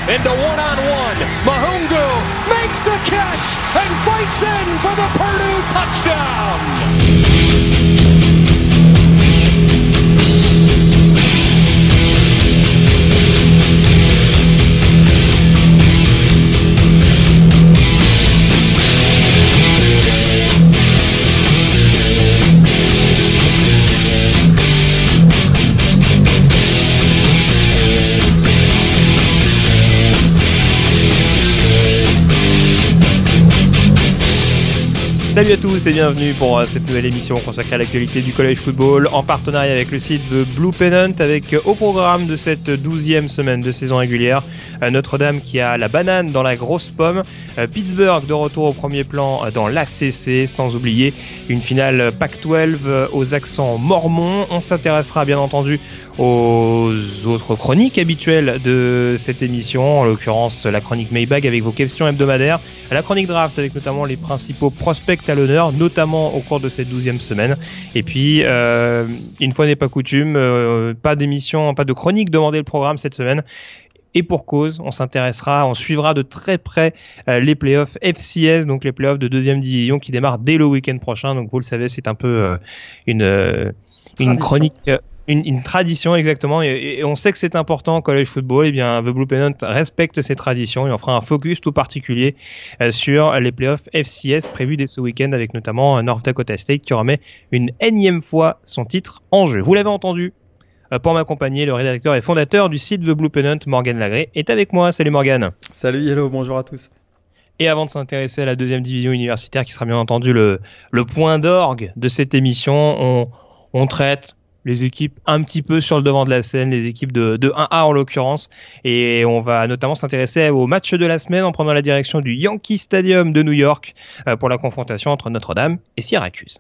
into one-on-one. Mahungu makes the catch and fights in for the Purdue touchdown. Salut à tous et bienvenue pour cette nouvelle émission consacrée à l'actualité du college football en partenariat avec le site The Blue Pennant, avec au programme de cette 12e semaine de saison régulière Notre-Dame qui a la banane dans la grosse pomme, Pittsburgh de retour au premier plan dans l'ACC, sans oublier une finale Pac-12 aux accents mormons. On s'intéressera bien entendu aux autres chroniques habituelles de cette émission, en l'occurrence la chronique Mailbag avec vos questions hebdomadaires, la chronique draft avec notamment les principaux prospects à l'honneur, notamment au cours de cette 12e semaine. Et puis, une fois n'est pas coutume, pas d'émission, pas de chronique Demandez le programme cette semaine. Et pour cause, on suivra de très près les playoffs FCS, donc les playoffs de deuxième division qui démarrent dès le week-end prochain. Donc vous le savez, c'est un peu une chronique... Une tradition exactement, et on sait que c'est important en college football. Et bien The Blue Pennant respecte ces traditions et on fera un focus tout particulier sur les playoffs FCS prévus dès ce week-end, avec notamment North Dakota State qui remet une énième fois son titre en jeu. Vous l'avez entendu, pour m'accompagner, le rédacteur et fondateur du site The Blue Pennant, Morgan Lagré, est avec moi. Salut Morgan. Salut, hello, bonjour à tous. Et avant de s'intéresser à la deuxième division universitaire qui sera bien entendu le point d'orgue de cette émission, on traite les équipes un petit peu sur le devant de la scène, les équipes de 1A en l'occurrence, et on va notamment s'intéresser au match de la semaine en prenant la direction du Yankee Stadium de New York pour la confrontation entre Notre-Dame et Syracuse.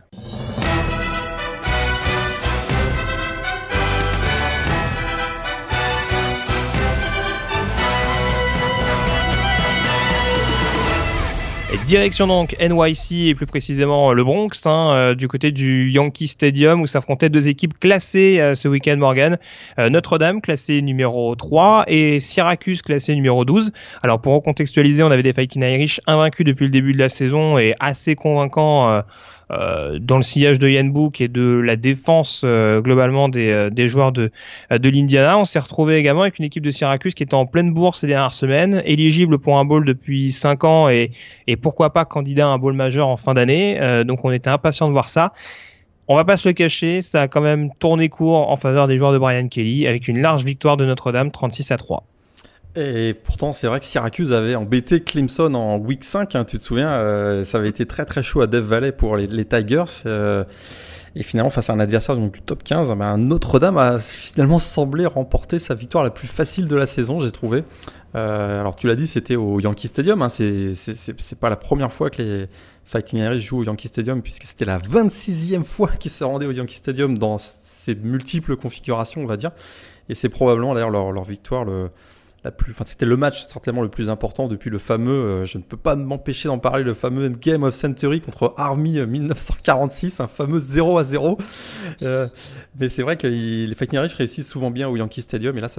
Direction donc NYC et plus précisément le Bronx, du côté du Yankee Stadium où s'affrontaient deux équipes classées ce week-end, Morgan. Notre-Dame classée numéro 3 et Syracuse classée numéro 12. Alors pour recontextualiser, on avait des Fighting Irish invaincus depuis le début de la saison et assez convaincants dans le sillage de Ian Book et de la défense globalement des joueurs de l'Indiana. On s'est retrouvé également avec une équipe de Syracuse qui était en pleine bourse ces dernières semaines, éligible pour un bowl depuis 5 ans et pourquoi pas candidat à un bowl majeur en fin d'année. Donc on était impatient de voir ça. On va pas se le cacher, ça a quand même tourné court en faveur des joueurs de Brian Kelly avec une large victoire de Notre-Dame 36-3. Et pourtant, c'est vrai que Syracuse avait embêté Clemson en week 5, tu te souviens, ça avait été très très chaud à Death Valley pour les Tigers. Et finalement, face à un adversaire donc, du top 15, Notre-Dame a finalement semblé remporter sa victoire la plus facile de la saison, j'ai trouvé. Alors tu l'as dit, c'était au Yankee Stadium, c'est pas la première fois que les Fighting Irish jouent au Yankee Stadium, puisque c'était la 26e fois qu'ils se rendaient au Yankee Stadium dans ces multiples configurations, on va dire. Et c'est probablement d'ailleurs leur victoire c'était le match certainement le plus important depuis le fameux, je ne peux pas m'empêcher d'en parler, le fameux Game of Century contre Army 1946, un fameux 0-0. Mais c'est vrai que les Fighting Irish réussissent souvent bien au Yankee Stadium, et là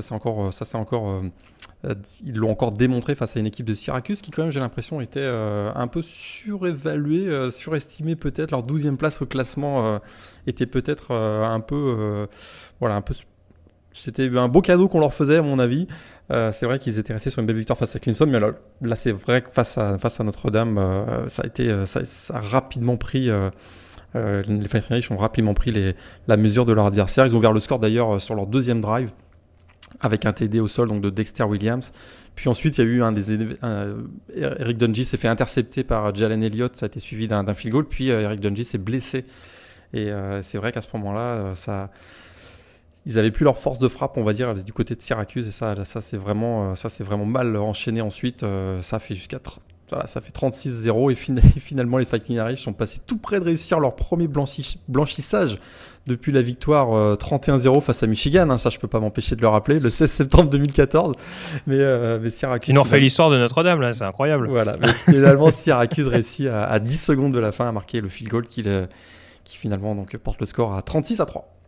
ils l'ont encore démontré face à une équipe de Syracuse qui quand même, j'ai l'impression, était un peu surévaluée, surestimée peut-être. Leur 12e place au classement était peut-être un peu c'était un beau cadeau qu'on leur faisait à mon avis. C'est vrai qu'ils étaient restés sur une belle victoire face à Clemson, mais là c'est vrai que face à Notre-Dame, ça a rapidement pris. Les Fighting Irish ont rapidement pris la mesure de leur adversaire. Ils ont ouvert le score d'ailleurs sur leur deuxième drive avec un TD au sol donc de Dexter Williams. Puis ensuite il y a eu Eric Dungey s'est fait intercepter par Jalen Elliott, ça a été suivi d'un field goal. Puis Eric Dungey s'est blessé et c'est vrai qu'à ce moment-là ils avaient plus leur force de frappe, on va dire, du côté de Syracuse, et ça c'est vraiment mal enchaîné ensuite. Ça fait 36-0 et finalement les Fighting Irish sont passés tout près de réussir leur premier blanchissage depuis la victoire 31-0 face à Michigan. Ça je peux pas m'empêcher de le rappeler, le 16 septembre 2014. Mais Syracuse. Ils nous ont fait l'histoire de Notre-Dame là, c'est incroyable. Voilà, mais finalement Syracuse réussit à 10 secondes de la fin à marquer le field goal qui finalement donc porte le score à 36-3.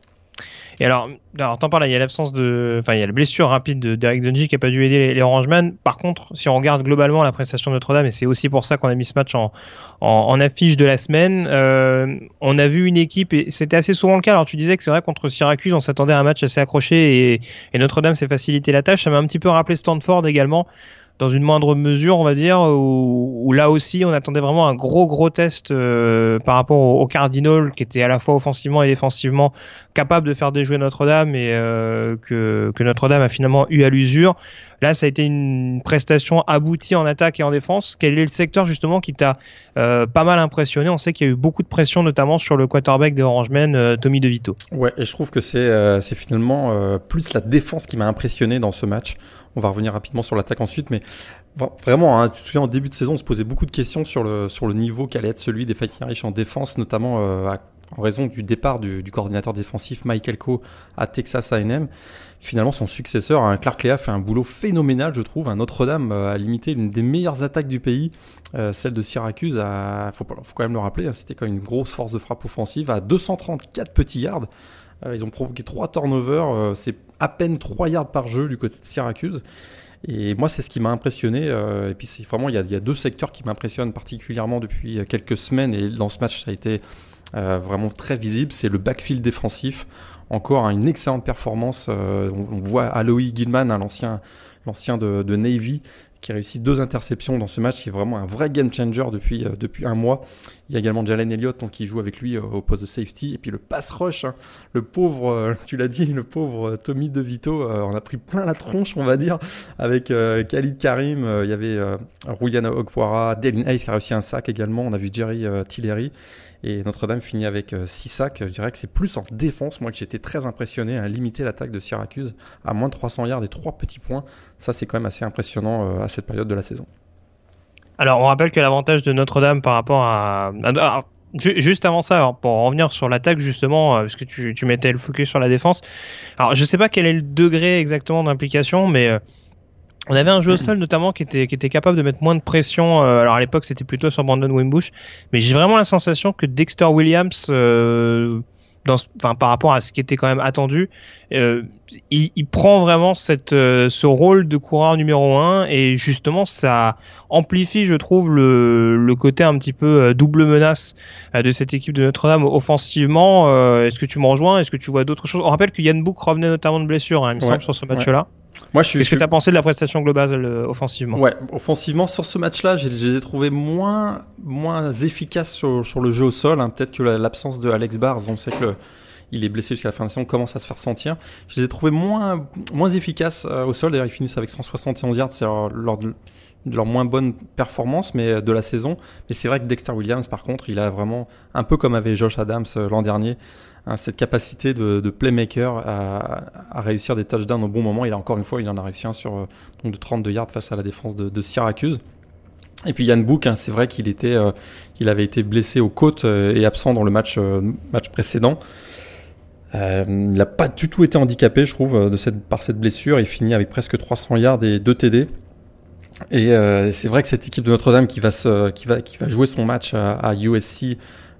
Et alors t'en parles, il y a il y a la blessure rapide de Derek Dungey qui a pas dû aider les Orangemen. Par contre, si on regarde globalement la prestation de Notre-Dame, et c'est aussi pour ça qu'on a mis ce match en affiche de la semaine, on a vu une équipe, et c'était assez souvent le cas. Alors tu disais que c'est vrai, contre Syracuse, on s'attendait à un match assez accroché et Notre-Dame s'est facilité la tâche. Ça m'a un petit peu rappelé Stanford également, dans une moindre mesure, on va dire, où là aussi on attendait vraiment un gros test par rapport au Cardinals, qui était à la fois offensivement et défensivement capable de faire déjouer Notre-Dame, et que Notre-Dame a finalement eu à l'usure. Là, ça a été une prestation aboutie en attaque et en défense. Quel est le secteur justement qui t'a pas mal impressionné? On sait qu'il y a eu beaucoup de pression, notamment sur le quarterback des Orangemen, Tommy DeVito. Ouais, et je trouve que c'est finalement plus la défense qui m'a impressionné dans ce match. On va revenir rapidement sur l'attaque ensuite, mais vraiment, hein, tu te souviens, en début de saison, on se posait beaucoup de questions sur le niveau qu'allait être celui des Fighting Irish en défense, notamment en raison du départ du coordinateur défensif Mike Elko à Texas A&M. Finalement, son successeur, Clark Lea, fait un boulot phénoménal, je trouve. Notre-Dame a limité l'une des meilleures attaques du pays, celle de Syracuse. Faut quand même le rappeler, hein, c'était quand même une grosse force de frappe offensive à 234 petits yards. Ils ont provoqué 3 turnovers, c'est à peine 3 yards par jeu du côté de Syracuse. Et moi, c'est ce qui m'a impressionné. Et puis, c'est vraiment, il y a 2 secteurs qui m'impressionnent particulièrement depuis quelques semaines. Et dans ce match, ça a été vraiment très visible. C'est le backfield défensif. Encore une excellente performance. On voit Aloy Gilman, l'ancien de Navy, qui réussit 2 interceptions dans ce match. C'est vraiment un vrai game changer depuis un mois. Il y a également Jalen Elliott, donc, qui joue avec lui au poste de safety. Et puis le pass rush, hein, le pauvre, tu l'as dit, le pauvre Tommy DeVito, on a pris plein la tronche, on va dire, avec Khalid Karim. Il y avait Ruyana Okwara, Dylan Hayes qui a réussi un sac également. On a vu Jerry Tillery. Et Notre-Dame finit avec 6 sacs. Je dirais que c'est plus en défense, moi, que j'étais très impressionné à limiter l'attaque de Syracuse à moins de 300 yards et 3 petits points. Ça, c'est quand même assez impressionnant à cette période de la saison. Alors, on rappelle que l'avantage de Notre-Dame par rapport juste avant ça, alors, pour en revenir sur l'attaque justement, parce que tu mettais le focus sur la défense. Alors, je sais pas quel est le degré exactement d'implication, mais on avait un jeu au sol notamment qui était capable de mettre moins de pression. Alors à l'époque c'était plutôt sur Brandon Wimbush, mais j'ai vraiment la sensation que Dexter Williams, par rapport à ce qui était quand même attendu, il prend vraiment ce rôle de coureur numéro 1, et justement ça amplifie, je trouve, le côté un petit peu double menace de cette équipe de Notre-Dame offensivement. Est-ce que tu me rejoins? Est-ce que tu vois d'autres choses? On rappelle que Yann Book revenait notamment de blessure, il me semble, sur ce match-là. Moi, Qu'est-ce que tu as pensé de la prestation globale offensivement? Ouais, offensivement, sur ce match-là, je les ai trouvés moins efficaces sur le jeu au sol. Hein. Peut-être que l'absence de Alex Barnes, on sait qu'il est blessé jusqu'à la fin de la saison, commence à se faire sentir. Je les ai trouvés moins efficaces au sol. D'ailleurs, ils finissent avec 171 yards, c'est lors de leur moins bonne performance de la saison. Mais c'est vrai que Dexter Williams, par contre, il a vraiment, un peu comme avait Josh Adams l'an dernier, hein, cette capacité de playmaker à réussir des touchdowns au bon moment. Il en a réussi un sur de 32 yards face à la défense de Syracuse. Et puis Yann Book, hein, c'est vrai qu'il avait été blessé aux côtes et absent dans le match précédent. Il n'a pas du tout été handicapé, je trouve, par cette blessure. Il finit avec presque 300 yards et 2 TD. Et c'est vrai que cette équipe de Notre-Dame qui va jouer son match à USC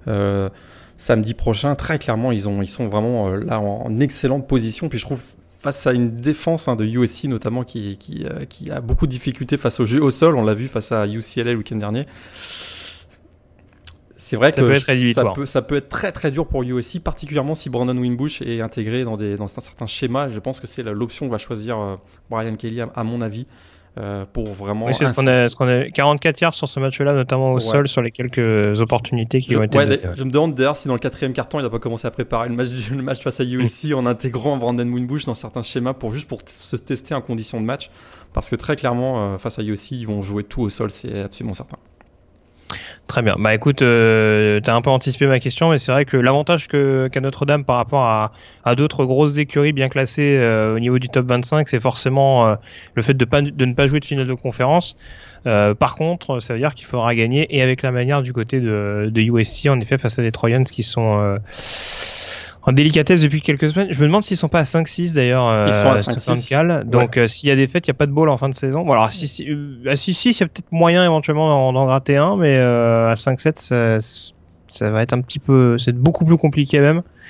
samedi prochain, très clairement, ils sont vraiment là en excellente position. Puis je trouve, face à une défense de USC notamment qui a beaucoup de difficultés face au jeu au sol, on l'a vu face à UCLA le week-end dernier. C'est vrai que ça peut être très très dur pour USC, particulièrement si Brandon Wimbush est intégré dans un certain schéma. Je pense que c'est l'option que va choisir Brian Kelly, à mon avis. Pour vraiment. Oui, c'est ce qu'on a 44 yards sur ce match-là, notamment au sol, sur les quelques opportunités qui ont été données. Je me demande d'ailleurs si dans le 4e quart-temps, il n'a pas commencé à préparer le match face à USC en intégrant Brandon Wimbush dans certains schémas pour se tester en conditions de match, parce que très clairement, face à USC, ils vont jouer tout au sol, c'est absolument certain. Très bien. Bah écoute, t'as un peu anticipé ma question, mais c'est vrai que l'avantage qu'a Notre-Dame par rapport à d'autres grosses écuries bien classées au niveau du top 25, c'est forcément le fait de ne pas jouer de finale de conférence. Par contre, ça veut dire qu'il faudra gagner, et avec la manière du côté de USC, en effet, face à des Trojans qui sont en délicatesse depuis quelques semaines. Je me demande s'ils sont pas à 5-6 d'ailleurs. Ils sont à 5-6. Donc s'il y a des fêtes, il n'y a pas de bowl en fin de saison. Bon, alors si, il y a peut-être moyen éventuellement d'en gratter un, mais à 5-7, ça va être un petit peu, c'est beaucoup plus compliqué même.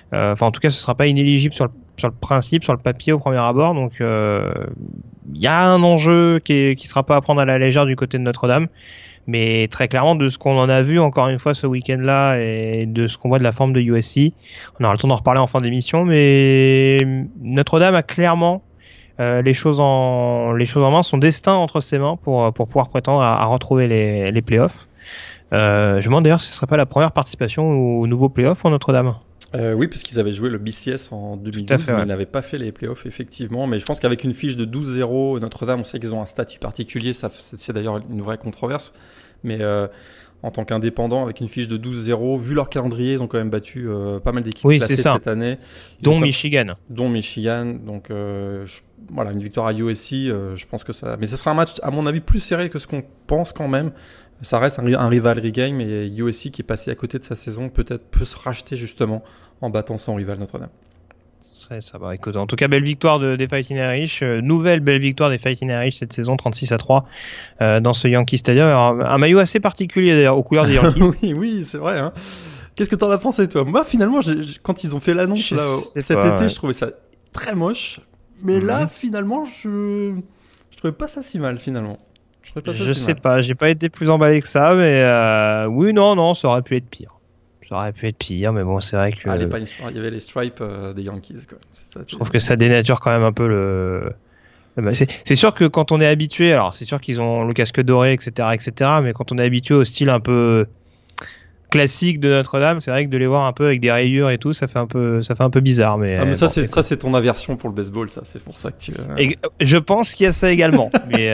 Enfin, en tout cas, ce sera pas inéligible sur le principe, sur le papier au premier abord. Donc, il y a un enjeu qui sera pas à prendre à la légère du côté de Notre-Dame. Mais très clairement, de ce qu'on en a vu encore une fois ce week-end-là et de ce qu'on voit de la forme de USC, on aura le temps d'en reparler en fin d'émission, mais Notre-Dame a clairement les choses en main, son destin entre ses mains pour pouvoir prétendre à retrouver les playoffs. Je me demande d'ailleurs si ce serait pas la première participation au nouveau playoff pour Notre-Dame. Oui, parce qu'ils avaient joué le BCS en 2012, mais ils n'avaient pas fait les playoffs, effectivement. Mais je pense qu'avec une fiche de 12-0, Notre-Dame, on sait qu'ils ont un statut particulier. C'est d'ailleurs une vraie controverse. Mais en tant qu'indépendant, avec une fiche de 12-0, vu leur calendrier, ils ont quand même battu pas mal d'équipes classées cette année. Dont Michigan. Donc, voilà, une victoire à USC, je pense que ça... Mais ce sera un match, à mon avis, plus serré que ce qu'on pense quand même. Ça reste un rivalry game et USC qui est passé à côté de sa saison peut-être peut se racheter justement en battant son rival Notre-Dame. Ça va, écoute, en tout cas, belle victoire des Fighting Irish, nouvelle belle victoire des Fighting Irish cette saison, 36-3 dans ce Yankee Stadium. Alors, un maillot assez particulier d'ailleurs, aux couleurs des Yankees. oui, c'est vrai. Hein. Qu'est-ce que t'en as pensé toi ? Moi, finalement, quand ils ont fait l'annonce là, cet été, je trouvais ça très moche. Mais là, finalement, je trouvais pas ça si mal finalement. Je sais pas, j'ai pas été plus emballé que ça, mais oui, non, ça aurait pu être pire. Ça aurait pu être pire, mais bon, c'est vrai que... il y avait les stripes des Yankees, quoi. Je trouve que ça dénature quand même un peu le... C'est sûr que quand on est habitué, alors c'est sûr qu'ils ont le casque doré, etc., mais quand on est habitué au style un peu classique de Notre-Dame, c'est vrai que de les voir un peu avec des rayures et tout, ça fait un peu bizarre. Mais ça c'est ton aversion pour le baseball, ça, c'est pour ça que tu. Et je pense qu'il y a ça également, mais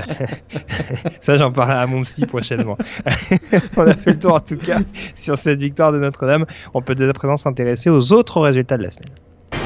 ça j'en parlerai à mon psy prochainement. On a fait le tour en tout cas sur cette victoire de Notre-Dame. On peut dès à présent s'intéresser aux autres résultats de la semaine.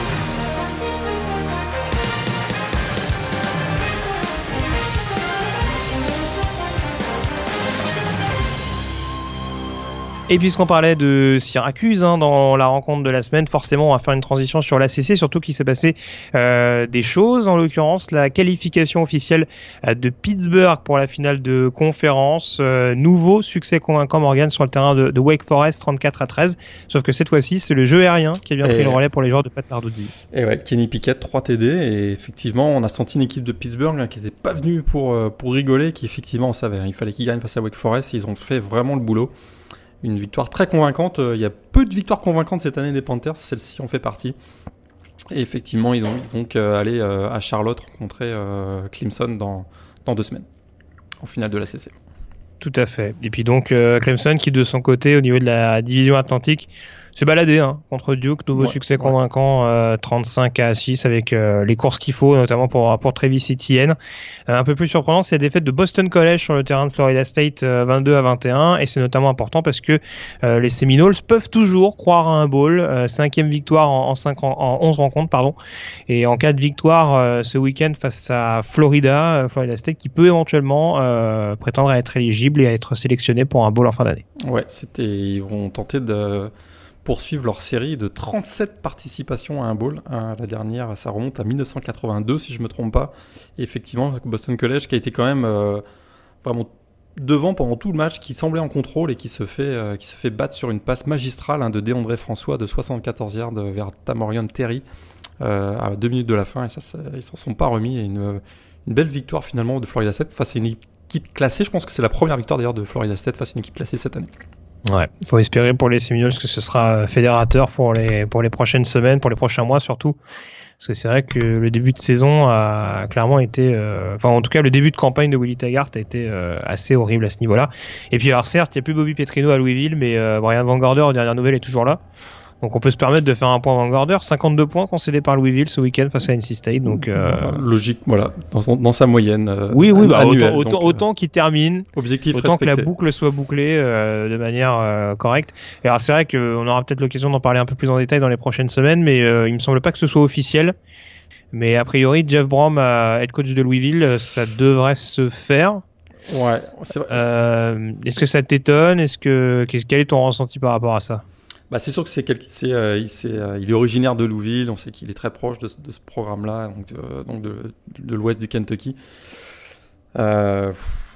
Et puisqu'on parlait de Syracuse dans la rencontre de la semaine, forcément on va faire une transition sur l'ACC, surtout qu'il s'est passé des choses, en l'occurrence la qualification officielle de Pittsburgh pour la finale de conférence, nouveau succès convaincant Morgan sur le terrain de Wake Forest 34-13, sauf que cette fois-ci c'est le jeu aérien qui a bien pris le relais pour les joueurs de Pat Narduzzi. Et ouais, Kenny Pickett 3 TD, et effectivement on a senti une équipe de Pittsburgh là, qui n'était pas venue pour rigoler, qui effectivement on savait, il fallait qu'ils gagnent face à Wake Forest, et ils ont fait vraiment le boulot. Une victoire très convaincante. Il y a peu de victoires convaincantes cette année des Panthers. Celle-ci en fait partie. Et effectivement, ils ont donc allé à Charlotte rencontrer Clemson dans 2 semaines, en finale de la CC. Tout à fait. Et puis donc Clemson qui de son côté, au niveau de la division Atlantique, s'est baladé contre Duke, nouveau succès convaincant, 35-6 avec les courses qu'il faut, notamment pour Travis Etienne. Un peu plus surprenant, c'est la défaite de Boston College sur le terrain de Florida State, 22-21, et c'est notamment important parce que les Seminoles peuvent toujours croire à un bowl, 5e victoire en 11 rencontres, pardon, et en cas de victoire ce week-end face à Florida State, qui peut éventuellement prétendre à être éligible et à être sélectionné pour un bowl en fin d'année. Ouais, ils vont tenter de poursuivre leur série de 37 participations à un bowl. La dernière, ça remonte à 1982 si je me trompe pas. Et effectivement, Boston College qui a été quand même vraiment devant pendant tout le match, qui semblait en contrôle et qui se fait battre sur une passe magistrale de DeAndre François de 74 yards vers Tamorian Terry à 2 minutes de la fin. Et ça ils s'en sont pas remis. Et une belle victoire finalement de Florida State face à une équipe classée. Je pense que c'est la première victoire d'ailleurs de Florida State face à une équipe classée cette année. Ouais, il faut espérer pour les Seminoles que ce sera fédérateur pour les prochaines semaines, pour les prochains mois surtout. Parce que c'est vrai que le début de saison a clairement été... en tout cas, le début de campagne de Willie Taggart a été assez horrible à ce niveau-là. Et puis alors certes, il n'y a plus Bobby Petrino à Louisville, mais Brian Van Gorder, aux dernières nouvelles, est toujours là. Donc on peut se permettre de faire un point Van Gorder, 52 points concédés par Louisville ce week-end face à NC State. Donc logique, voilà, dans sa moyenne. Oui, annuelle, autant qu'il termine, objectif autant respecté. Que la boucle soit bouclée de manière correcte. Et alors c'est vrai qu'on aura peut-être l'occasion d'en parler un peu plus en détail dans les prochaines semaines, mais il me semble pas que ce soit officiel. Mais a priori, Jeff Brom, head coach de Louisville, ça devrait se faire. Ouais. C'est vrai. Est-ce que ça t'étonne ? Quel est ton ressenti par rapport à ça ? C'est sûr que il est originaire de Louisville, on sait qu'il est très proche de ce programme-là, donc de l'ouest du Kentucky.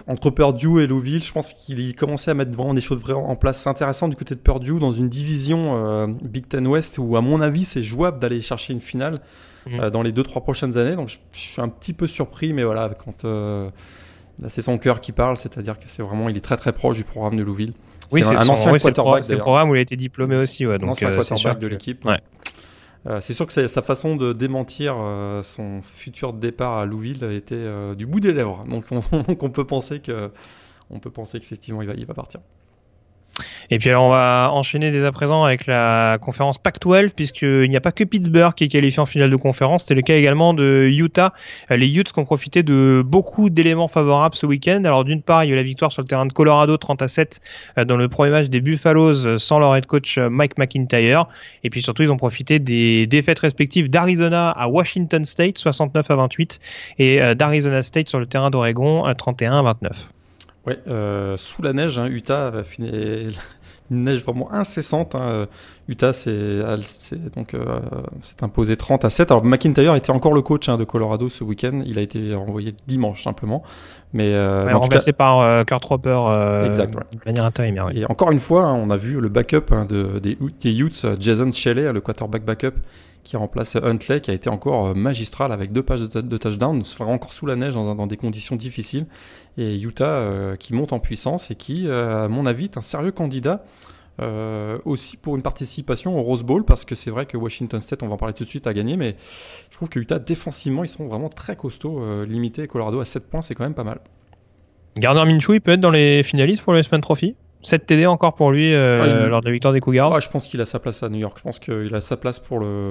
entre Purdue et Louisville, je pense qu'il commençait à mettre vraiment des choses vraiment en place intéressantes du côté de Purdue dans une division Big Ten West où, à mon avis, c'est jouable d'aller chercher une finale dans les 2-3 prochaines années. Donc, je suis un petit peu surpris, mais voilà, quand là, c'est son cœur qui parle, c'est-à-dire que il est très très proche du programme de Louisville. Oui, c'est un ancien quarterback. C'est le programme où il a été diplômé aussi. Ouais, donc, ancien quarterback de l'équipe. Ouais. C'est sûr que sa façon de démentir son futur départ à Louisville était du bout des lèvres. Donc on peut penser qu'effectivement il va partir. Et puis alors on va enchaîner dès à présent avec la conférence Pac-12 puisqu'il n'y a pas que Pittsburgh qui est qualifié en finale de conférence, c'était le cas également de Utah. Les Utes qui ont profité de beaucoup d'éléments favorables ce week-end. Alors d'une part, il y a eu la victoire sur le terrain de Colorado 30-7 dans le premier match des Buffaloes sans leur head coach Mike McIntyre. Et puis surtout, ils ont profité des défaites respectives d'Arizona à Washington State 69-28 et d'Arizona State sur le terrain d'Oregon 31-29. Ouais, sous la neige, Utah a fini une neige vraiment incessante. Utah s'est imposé 30-7. Alors McIntyre était encore le coach de Colorado ce week-end. Il a été renvoyé dimanche simplement, mais remplacé par Kurt Roper exact, de manière intérimaire. Ouais. Et encore une fois, on a vu le backup des Utes, Jason Shelley, le quarterback backup, qui remplace Huntley, qui a été encore magistral avec 2 passes de touchdown, encore sous la neige dans des conditions difficiles. Et Utah qui monte en puissance et qui, à mon avis, est un sérieux candidat aussi pour une participation au Rose Bowl, parce que c'est vrai que Washington State, on va en parler tout de suite, a gagné, mais je trouve que Utah, défensivement, ils sont vraiment très costauds. Limité Colorado à 7 points, c'est quand même pas mal. Gardner Minshew, il peut être dans les finalistes pour le Heisman Trophy. 7 TD encore pour lui lors de la victoire des Cougars. Je pense qu'il a sa place à New York. Je pense qu'il a sa place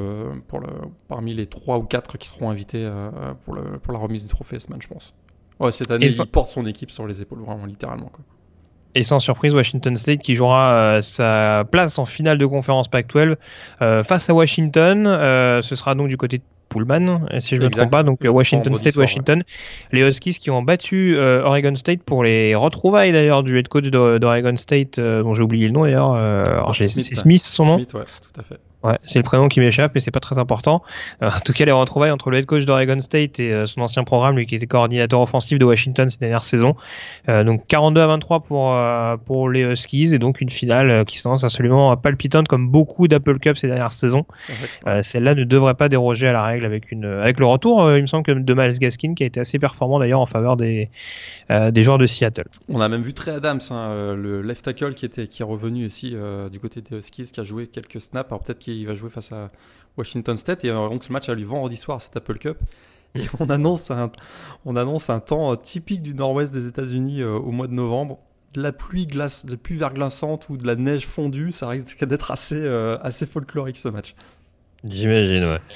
parmi les 3 ou 4 qui seront invités pour la remise du trophée Heisman, je pense. Ouais, cette année, il porte son équipe sur les épaules, vraiment littéralement, quoi. Et sans surprise, Washington State qui jouera sa place en finale de conférence Pac-12 face à Washington. Ce sera donc du côté de Pullman, si je ne me trompe pas, donc Washington State, Washington. Ouais. Les Huskies qui ont battu Oregon State pour les retrouvailles d'ailleurs du head coach d'Oregon State, dont j'ai oublié le nom d'ailleurs. C'est Smith son nom. Smith, ouais, tout à fait. Ouais, c'est le prénom qui m'échappe, mais c'est pas très important. En tout cas, les retrouvailles entre le head coach d'Oregon State et son ancien programme, lui qui était coordinateur offensif de Washington ces dernières saisons. Donc 42-23 pour les Huskies, et donc une finale qui s'annonce absolument palpitante comme beaucoup d'Apple Cup ces dernières saisons. Celle-là ne devrait pas déroger à la règle avec le retour, il me semble, de Miles Gaskin, qui a été assez performant d'ailleurs en faveur des joueurs de Seattle. On a même vu Trey Adams, le left tackle qui est revenu aussi du côté des Huskies, qui a joué quelques snaps. Alors peut-être qu'il va jouer face à Washington State, et donc ce match a lieu vendredi soir, cette Apple Cup, et on annonce un temps typique du nord-ouest des États-Unis au mois de novembre. De la pluie verglaçante ou de la neige fondue, ça risque d'être assez folklorique ce match. J'imagine, ouais.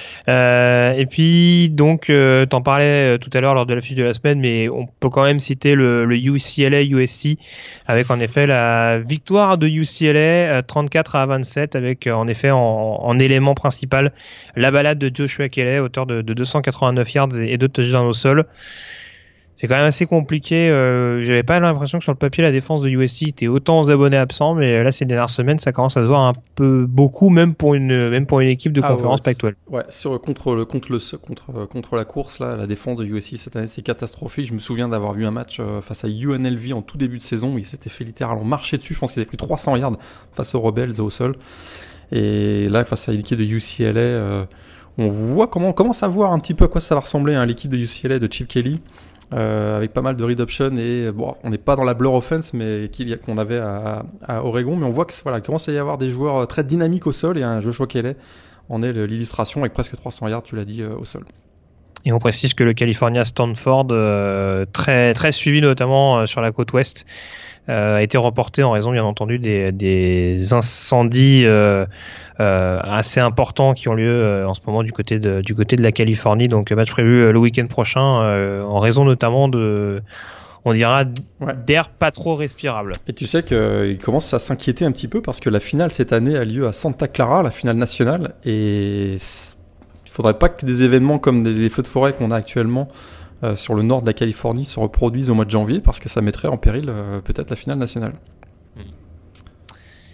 Et puis donc t'en parlais tout à l'heure lors de la fiche de la semaine, mais on peut quand même citer le UCLA USC avec en effet la victoire de UCLA 34-27 avec en effet en élément principal la balade de Joshua Kelley, auteur de 289 yards et 2 touchdowns au sol. C'est quand même assez compliqué. J'avais pas l'impression que sur le papier la défense de USC était autant aux abonnés absents, mais là ces dernières semaines ça commence à se voir un peu beaucoup, même pour une équipe de conférence Pac-12. Ouais, contre la course là, la défense de USC cette année c'est catastrophique. Je me souviens d'avoir vu un match face à UNLV en tout début de saison où ils s'étaient fait littéralement marcher dessus. Je pense qu'ils avaient pris 300 yards face aux Rebels au sol. Et là face à une équipe de UCLA, on voit comment commence à voir un petit peu à quoi ça va ressembler l'équipe de UCLA de Chip Kelly. Avec pas mal de read option, et bon, on n'est pas dans la blur offense mais qu'on avait à Oregon, mais on voit que voilà, commence à y avoir des joueurs très dynamiques au sol, et un Joshua Kelley en est l'illustration avec presque 300 yards, tu l'as dit, au sol. Et on précise que le California Stanford, très très suivi notamment sur la côte ouest, a été reporté en raison bien entendu des incendies assez importants qui ont lieu en ce moment du côté de la Californie. Donc match prévu le week-end prochain en raison notamment on dira d'air pas trop respirable. Et tu sais qu'il commence à s'inquiéter un petit peu parce que la finale cette année a lieu à Santa Clara, la finale nationale, et il faudrait pas que des événements comme les feux de forêt qu'on a actuellement sur le nord de la Californie se reproduisent au mois de janvier, parce que ça mettrait en péril peut-être la finale nationale.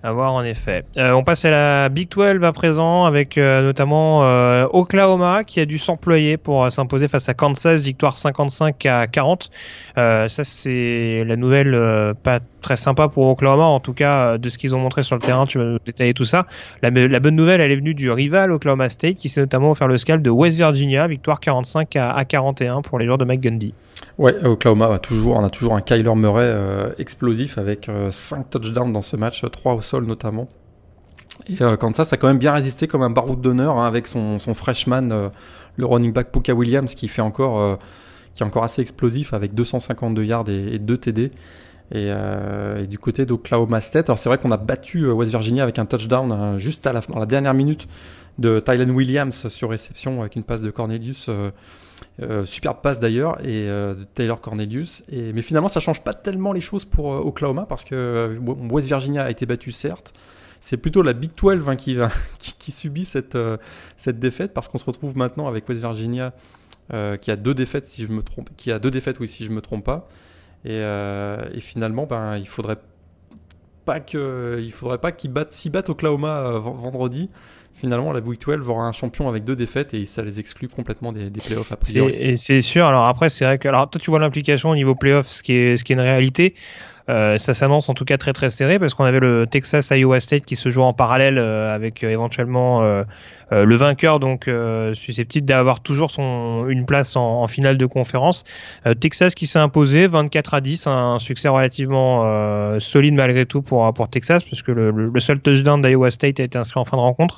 À voir en effet. On passe à la Big 12 à présent avec notamment Oklahoma qui a dû s'employer pour s'imposer face à Kansas, victoire 55-40. Ça c'est la nouvelle pas très sympa pour Oklahoma, en tout cas de ce qu'ils ont montré sur le terrain. Tu vas nous détailler tout ça. La bonne nouvelle, elle est venue du rival Oklahoma State qui s'est notamment offert le scalp de West Virginia, victoire 45-41 pour les joueurs de Mike Gundy. Ouais, Oklahoma on a toujours un Kyler Murray explosif avec 5 touchdowns dans ce match, 3 au sol notamment. Et Kansas a quand même bien résisté comme un baroud d'honneur avec son freshman, le running back Puka Williams qui est encore assez explosif avec 252 yards et 2 TD. Et du côté d'Oklahoma State, alors c'est vrai qu'on a battu West Virginia avec un touchdown juste dans la dernière minute de Tylen Williams sur réception avec une passe de Cornelius. Superbe passe d'ailleurs et de Taylor Cornelius, mais finalement ça change pas tellement les choses pour Oklahoma parce que West Virginia a été battu certes, c'est plutôt la Big 12 qui subit cette défaite parce qu'on se retrouve maintenant avec West Virginia qui a 2 défaites si je me trompe, si je me trompe pas et finalement il faudrait pas qu'ils battent Oklahoma vendredi. Finalement, la Big 12 aura un champion avec 2 défaites et ça les exclut complètement des playoffs a priori. C'est sûr. Alors après, c'est vrai que toi tu vois l'implication au niveau playoff, ce qui est une réalité. Ça s'annonce en tout cas très très serré parce qu'on avait le Texas Iowa State qui se joue en parallèle avec éventuellement le vainqueur donc susceptible d'avoir toujours une place en finale de conférence. Texas qui s'est imposé 24-10, un succès relativement solide malgré tout pour Texas parce que le seul touchdown d'Iowa State a été inscrit en fin de rencontre.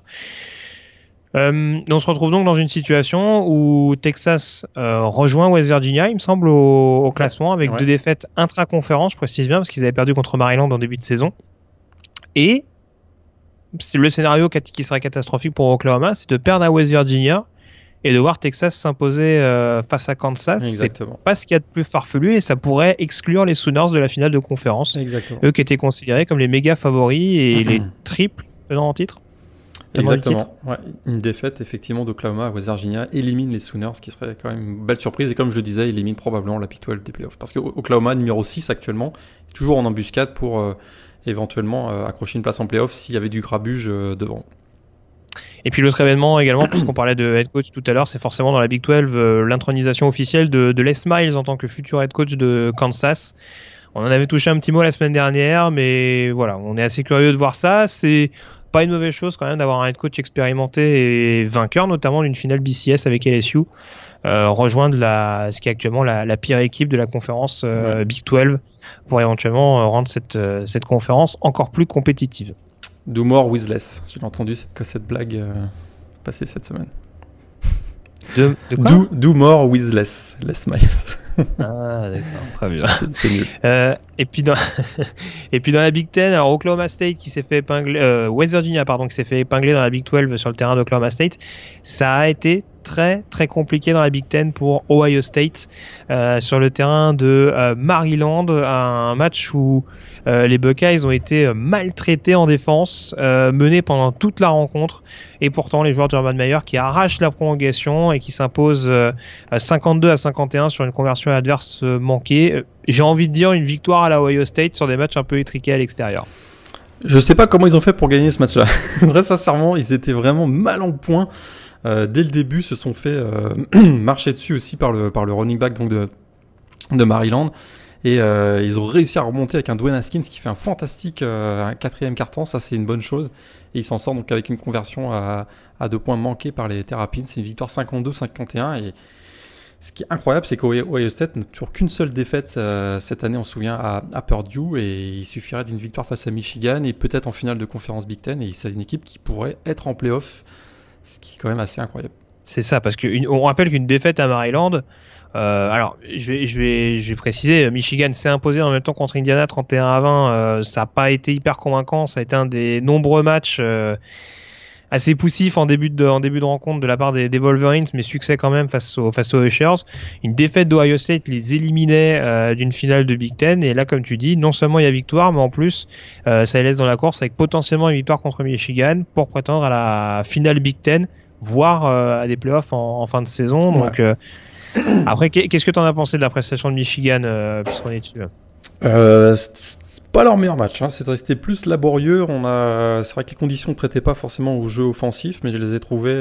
On se retrouve donc dans une situation où Texas rejoint West Virginia, il me semble, au classement, avec 2 défaites intra-conférence, je précise bien, parce qu'ils avaient perdu contre Maryland en début de saison. Et c'est le scénario qui serait catastrophique pour Oklahoma, c'est de perdre à West Virginia et de voir Texas s'imposer face à Kansas. Exactement. C'est pas ce qu'il y a de plus farfelu et ça pourrait exclure les Sooners de la finale de conférence. Exactement. Eux qui étaient considérés comme les méga favoris et les triples tenants en titre. Exactement. Ouais, une défaite effectivement d'Oklahoma à West Virginia élimine les Sooners, ce qui serait quand même une belle surprise. Et comme je le disais, élimine probablement la Big 12 des playoffs. Parce que Oklahoma, numéro 6 actuellement, est toujours en embuscade pour éventuellement accrocher une place en playoffs s'il y avait du grabuge devant. Et puis l'autre événement également, puisqu'on parlait de head coach tout à l'heure, c'est forcément dans la Big 12 l'intronisation officielle de Les Miles en tant que futur head coach de Kansas. On en avait touché un petit mot la semaine dernière, mais voilà, on est assez curieux de voir ça. C'est pas une mauvaise chose quand même d'avoir un head coach expérimenté et vainqueur notamment d'une finale BCS avec LSU, rejoindre ce qui est actuellement la pire équipe de la conférence Big 12 pour éventuellement rendre cette conférence encore plus compétitive. Do more with less. J'ai entendu cette blague passer cette semaine. De quoi? Do more with less. Less miles. Ah d'accord, très bien. C'est mieux. Et puis dans la Big 10, alors Oklahoma State qui s'est fait épingler, West Virginia pardon, qui s'est fait épingler dans la Big 12 sur le terrain d'Oklahoma State. Ça a été très très compliqué dans la Big 10 pour Ohio State sur le terrain de Maryland, un match où les Buckeyes ont été maltraités en défense, menés pendant toute la rencontre, et pourtant les joueurs d'Urban Meyer qui arrachent la prolongation et qui s'imposent 52-51 sur une conversion adverse manquée. J'ai envie de dire une victoire à la Ohio State sur des matchs un peu étriqués à l'extérieur. Je sais pas comment ils ont fait pour gagner ce match-là. Très sincèrement, ils étaient vraiment mal en point. Dès le début, se sont fait marcher dessus aussi par le running back donc de Maryland. Et ils ont réussi à remonter avec un Dwayne Haskins qui fait un fantastique un 4e quart-temps. Ça, c'est une bonne chose. Et ils s'en sortent donc avec une conversion à 2 points manqués par les Terrapins. C'est une victoire 52-51. Et ce qui est incroyable, c'est qu'Ohio State n'a toujours qu'une seule défaite cette année, on se souvient, à Purdue. Et il suffirait d'une victoire face à Michigan et peut-être en finale de conférence Big Ten. Et c'est une équipe qui pourrait être en play-off, ce qui est quand même assez incroyable. C'est ça, parce qu'on rappelle qu'une défaite à Maryland... alors, je vais préciser, Michigan s'est imposé en même temps contre Indiana 31-20. Ça n'a pas été hyper convaincant. Ça a été un des nombreux matchs assez poussifs en début de rencontre de la part des Wolverines, mais succès quand même face aux Ushers. Une défaite d'Ohio State les éliminait d'une finale de Big Ten. Et là, comme tu dis, non seulement il y a victoire, mais en plus, ça les laisse dans la course avec potentiellement une victoire contre Michigan pour prétendre à la finale Big Ten, voire à des playoffs en fin de saison. Donc... après, qu'est-ce que tu en as pensé de la prestation de Michigan puisqu'on est dessus? pas leur meilleur match, hein. C'était plus laborieux. C'est vrai que les conditions ne prêtaient pas forcément au jeu offensif, mais je les ai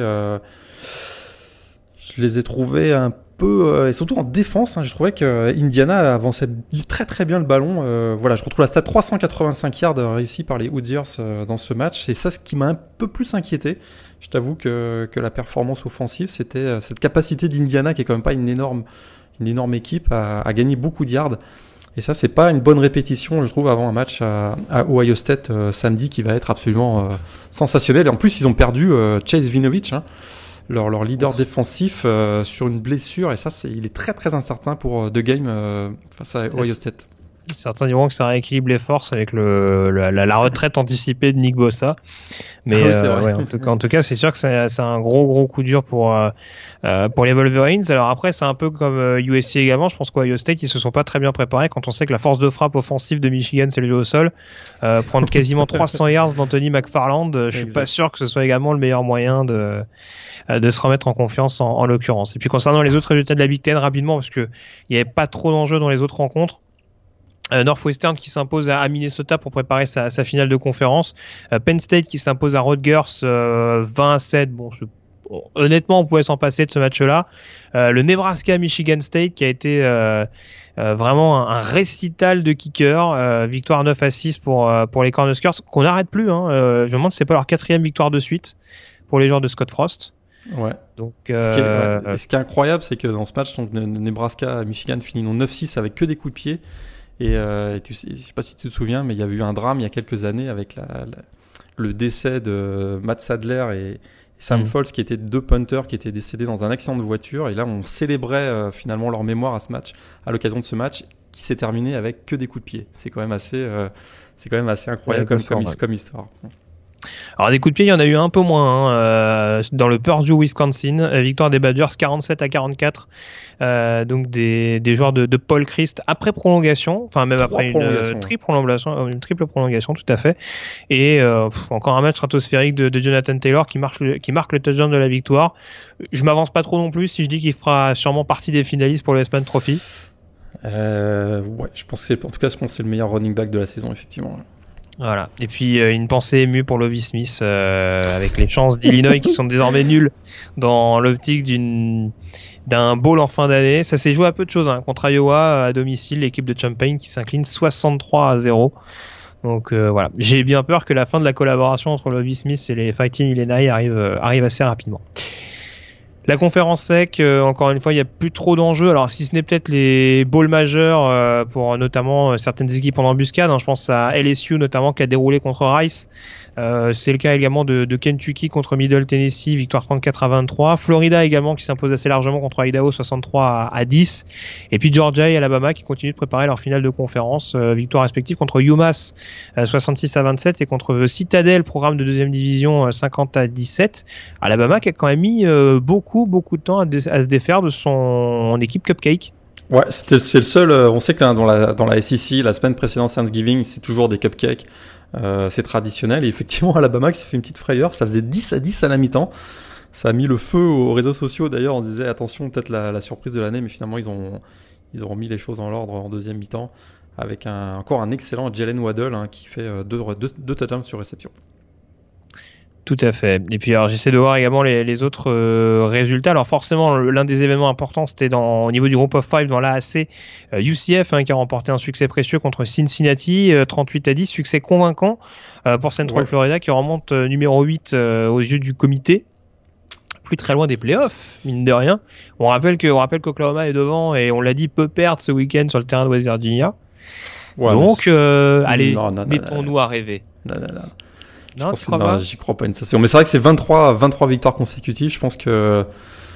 trouvés un peu, et surtout en défense, hein. Je trouvais que Indiana avançait très très bien le ballon. Je retrouve la stat 385 yards réussis par les Hoosiers dans ce match. C'est ça ce qui m'a un peu plus inquiété. Je t'avoue que la performance offensive, c'était cette capacité d'Indiana, qui est quand même pas une énorme équipe, à gagner beaucoup de yards. Et ça, c'est pas une bonne répétition, je trouve, avant un match à Ohio State samedi, qui va être absolument sensationnel. Et en plus, ils ont perdu Chase Winovich, hein, leur leader défensif, sur une blessure. Et ça, il est très très incertain pour The Game face à Ohio State. Certains diront que ça rééquilibre les forces avec la retraite anticipée de Nick Bosa. Mais en tout cas, c'est sûr que c'est un gros coup dur pour les Wolverines. Alors après, c'est un peu comme USC également. Je pense qu'Ohio State, ils se sont pas très bien préparés quand on sait que la force de frappe offensive de Michigan, c'est le jeu au sol. Prendre quasiment 300 yards d'Anthony McFarland, je suis pas sûr que ce soit également le meilleur moyen de se remettre en confiance en l'occurrence. Et puis concernant les autres résultats de la Big Ten, rapidement, parce que il y avait pas trop d'enjeux dans les autres rencontres. Northwestern qui s'impose à Minnesota pour préparer sa finale de conférence. Penn State qui s'impose à Rutgers 20-7. Honnêtement, on pouvait s'en passer de ce match-là. Le Nebraska-Michigan State qui a été vraiment un récital de kicker. Victoire 9-6 pour les Cornhuskers, qu'on n'arrête plus. Je me demande si c'est pas leur 4e victoire de suite pour les joueurs de Scott Frost. Ouais. Donc, ce qui est incroyable, c'est que dans ce match, Nebraska-Michigan finit en 9-6 avec que des coups de pied. Et je sais pas si tu te souviens, mais il y avait eu un drame il y a quelques années avec le décès de Matt Sadler et Sam Foltz, qui étaient 2 punters qui étaient décédés dans un accident de voiture. Et là, on célébrait finalement leur mémoire à l'occasion de ce match, qui s'est terminé avec que des coups de pied. C'est quand même assez incroyable comme histoire. Alors des coups de pied, il y en a eu un peu moins dans le Purdue, Wisconsin, victoire des Badgers 47-44. Donc des joueurs de Paul Christ après prolongation, enfin même après une triple prolongation, tout à fait. Et encore un match stratosphérique de Jonathan Taylor qui marque le touchdown de la victoire. Je m'avance pas trop non plus si je dis qu'il fera sûrement partie des finalistes pour le Heisman Trophy. Je pense que c'est le meilleur running back de la saison, effectivement. Voilà. Et puis une pensée émue pour Lovie Smith avec les chances d'Illinois qui sont désormais nulles dans l'optique d'un bowl en fin d'année. Ça s'est joué à peu de choses contre Iowa à domicile, l'équipe de Champaign qui s'incline 63-0. Donc voilà, j'ai bien peur que la fin de la collaboration entre Lovie Smith et les Fighting Illini arrive assez rapidement. La conférence SEC, encore une fois, il n'y a plus trop d'enjeux. Alors, si ce n'est peut-être les bowls majeurs pour notamment certaines équipes en embuscade. Je pense à LSU notamment qui a déroulé contre Rice. C'est le cas également de Kentucky contre Middle Tennessee, victoire 34-23. Florida également qui s'impose assez largement contre Idaho 63-10. Et puis Georgia et Alabama qui continuent de préparer leur finale de conférence, victoire respective contre UMass 66-27 et contre Citadel, programme de 2e division 50-17. Alabama qui a quand même mis beaucoup de temps à se défaire de son équipe Cupcake. Ouais, c'est le seul. On sait que dans la SEC, la semaine précédente Thanksgiving, c'est toujours des cupcakes. C'est traditionnel. Et effectivement, Alabama qui s'est fait une petite frayeur. Ça faisait 10-10 à la mi-temps. Ça a mis le feu aux réseaux sociaux. D'ailleurs, on se disait attention, peut-être la surprise de l'année, mais finalement ils ont remis les choses en ordre en deuxième mi-temps avec encore un excellent Jalen Waddle qui fait deux touchdowns sur réception. Tout à fait. Et puis alors j'essaie de voir également les autres résultats. Alors forcément l'un des événements importants c'était au niveau du Group of Five dans l'AAC, UCF qui a remporté un succès précieux contre Cincinnati 38-10, succès convaincant pour Central Florida qui remonte numéro 8 aux yeux du comité. Plus très loin des playoffs, mine de rien. On rappelle qu'Oklahoma est devant et on l'a dit peut perdre ce week-end sur le terrain de West Virginia. Ouais, donc allez, mettons-nous à rêver. Non, j'y crois pas une sensation. Mais c'est vrai que c'est 23 victoires consécutives. Je pense que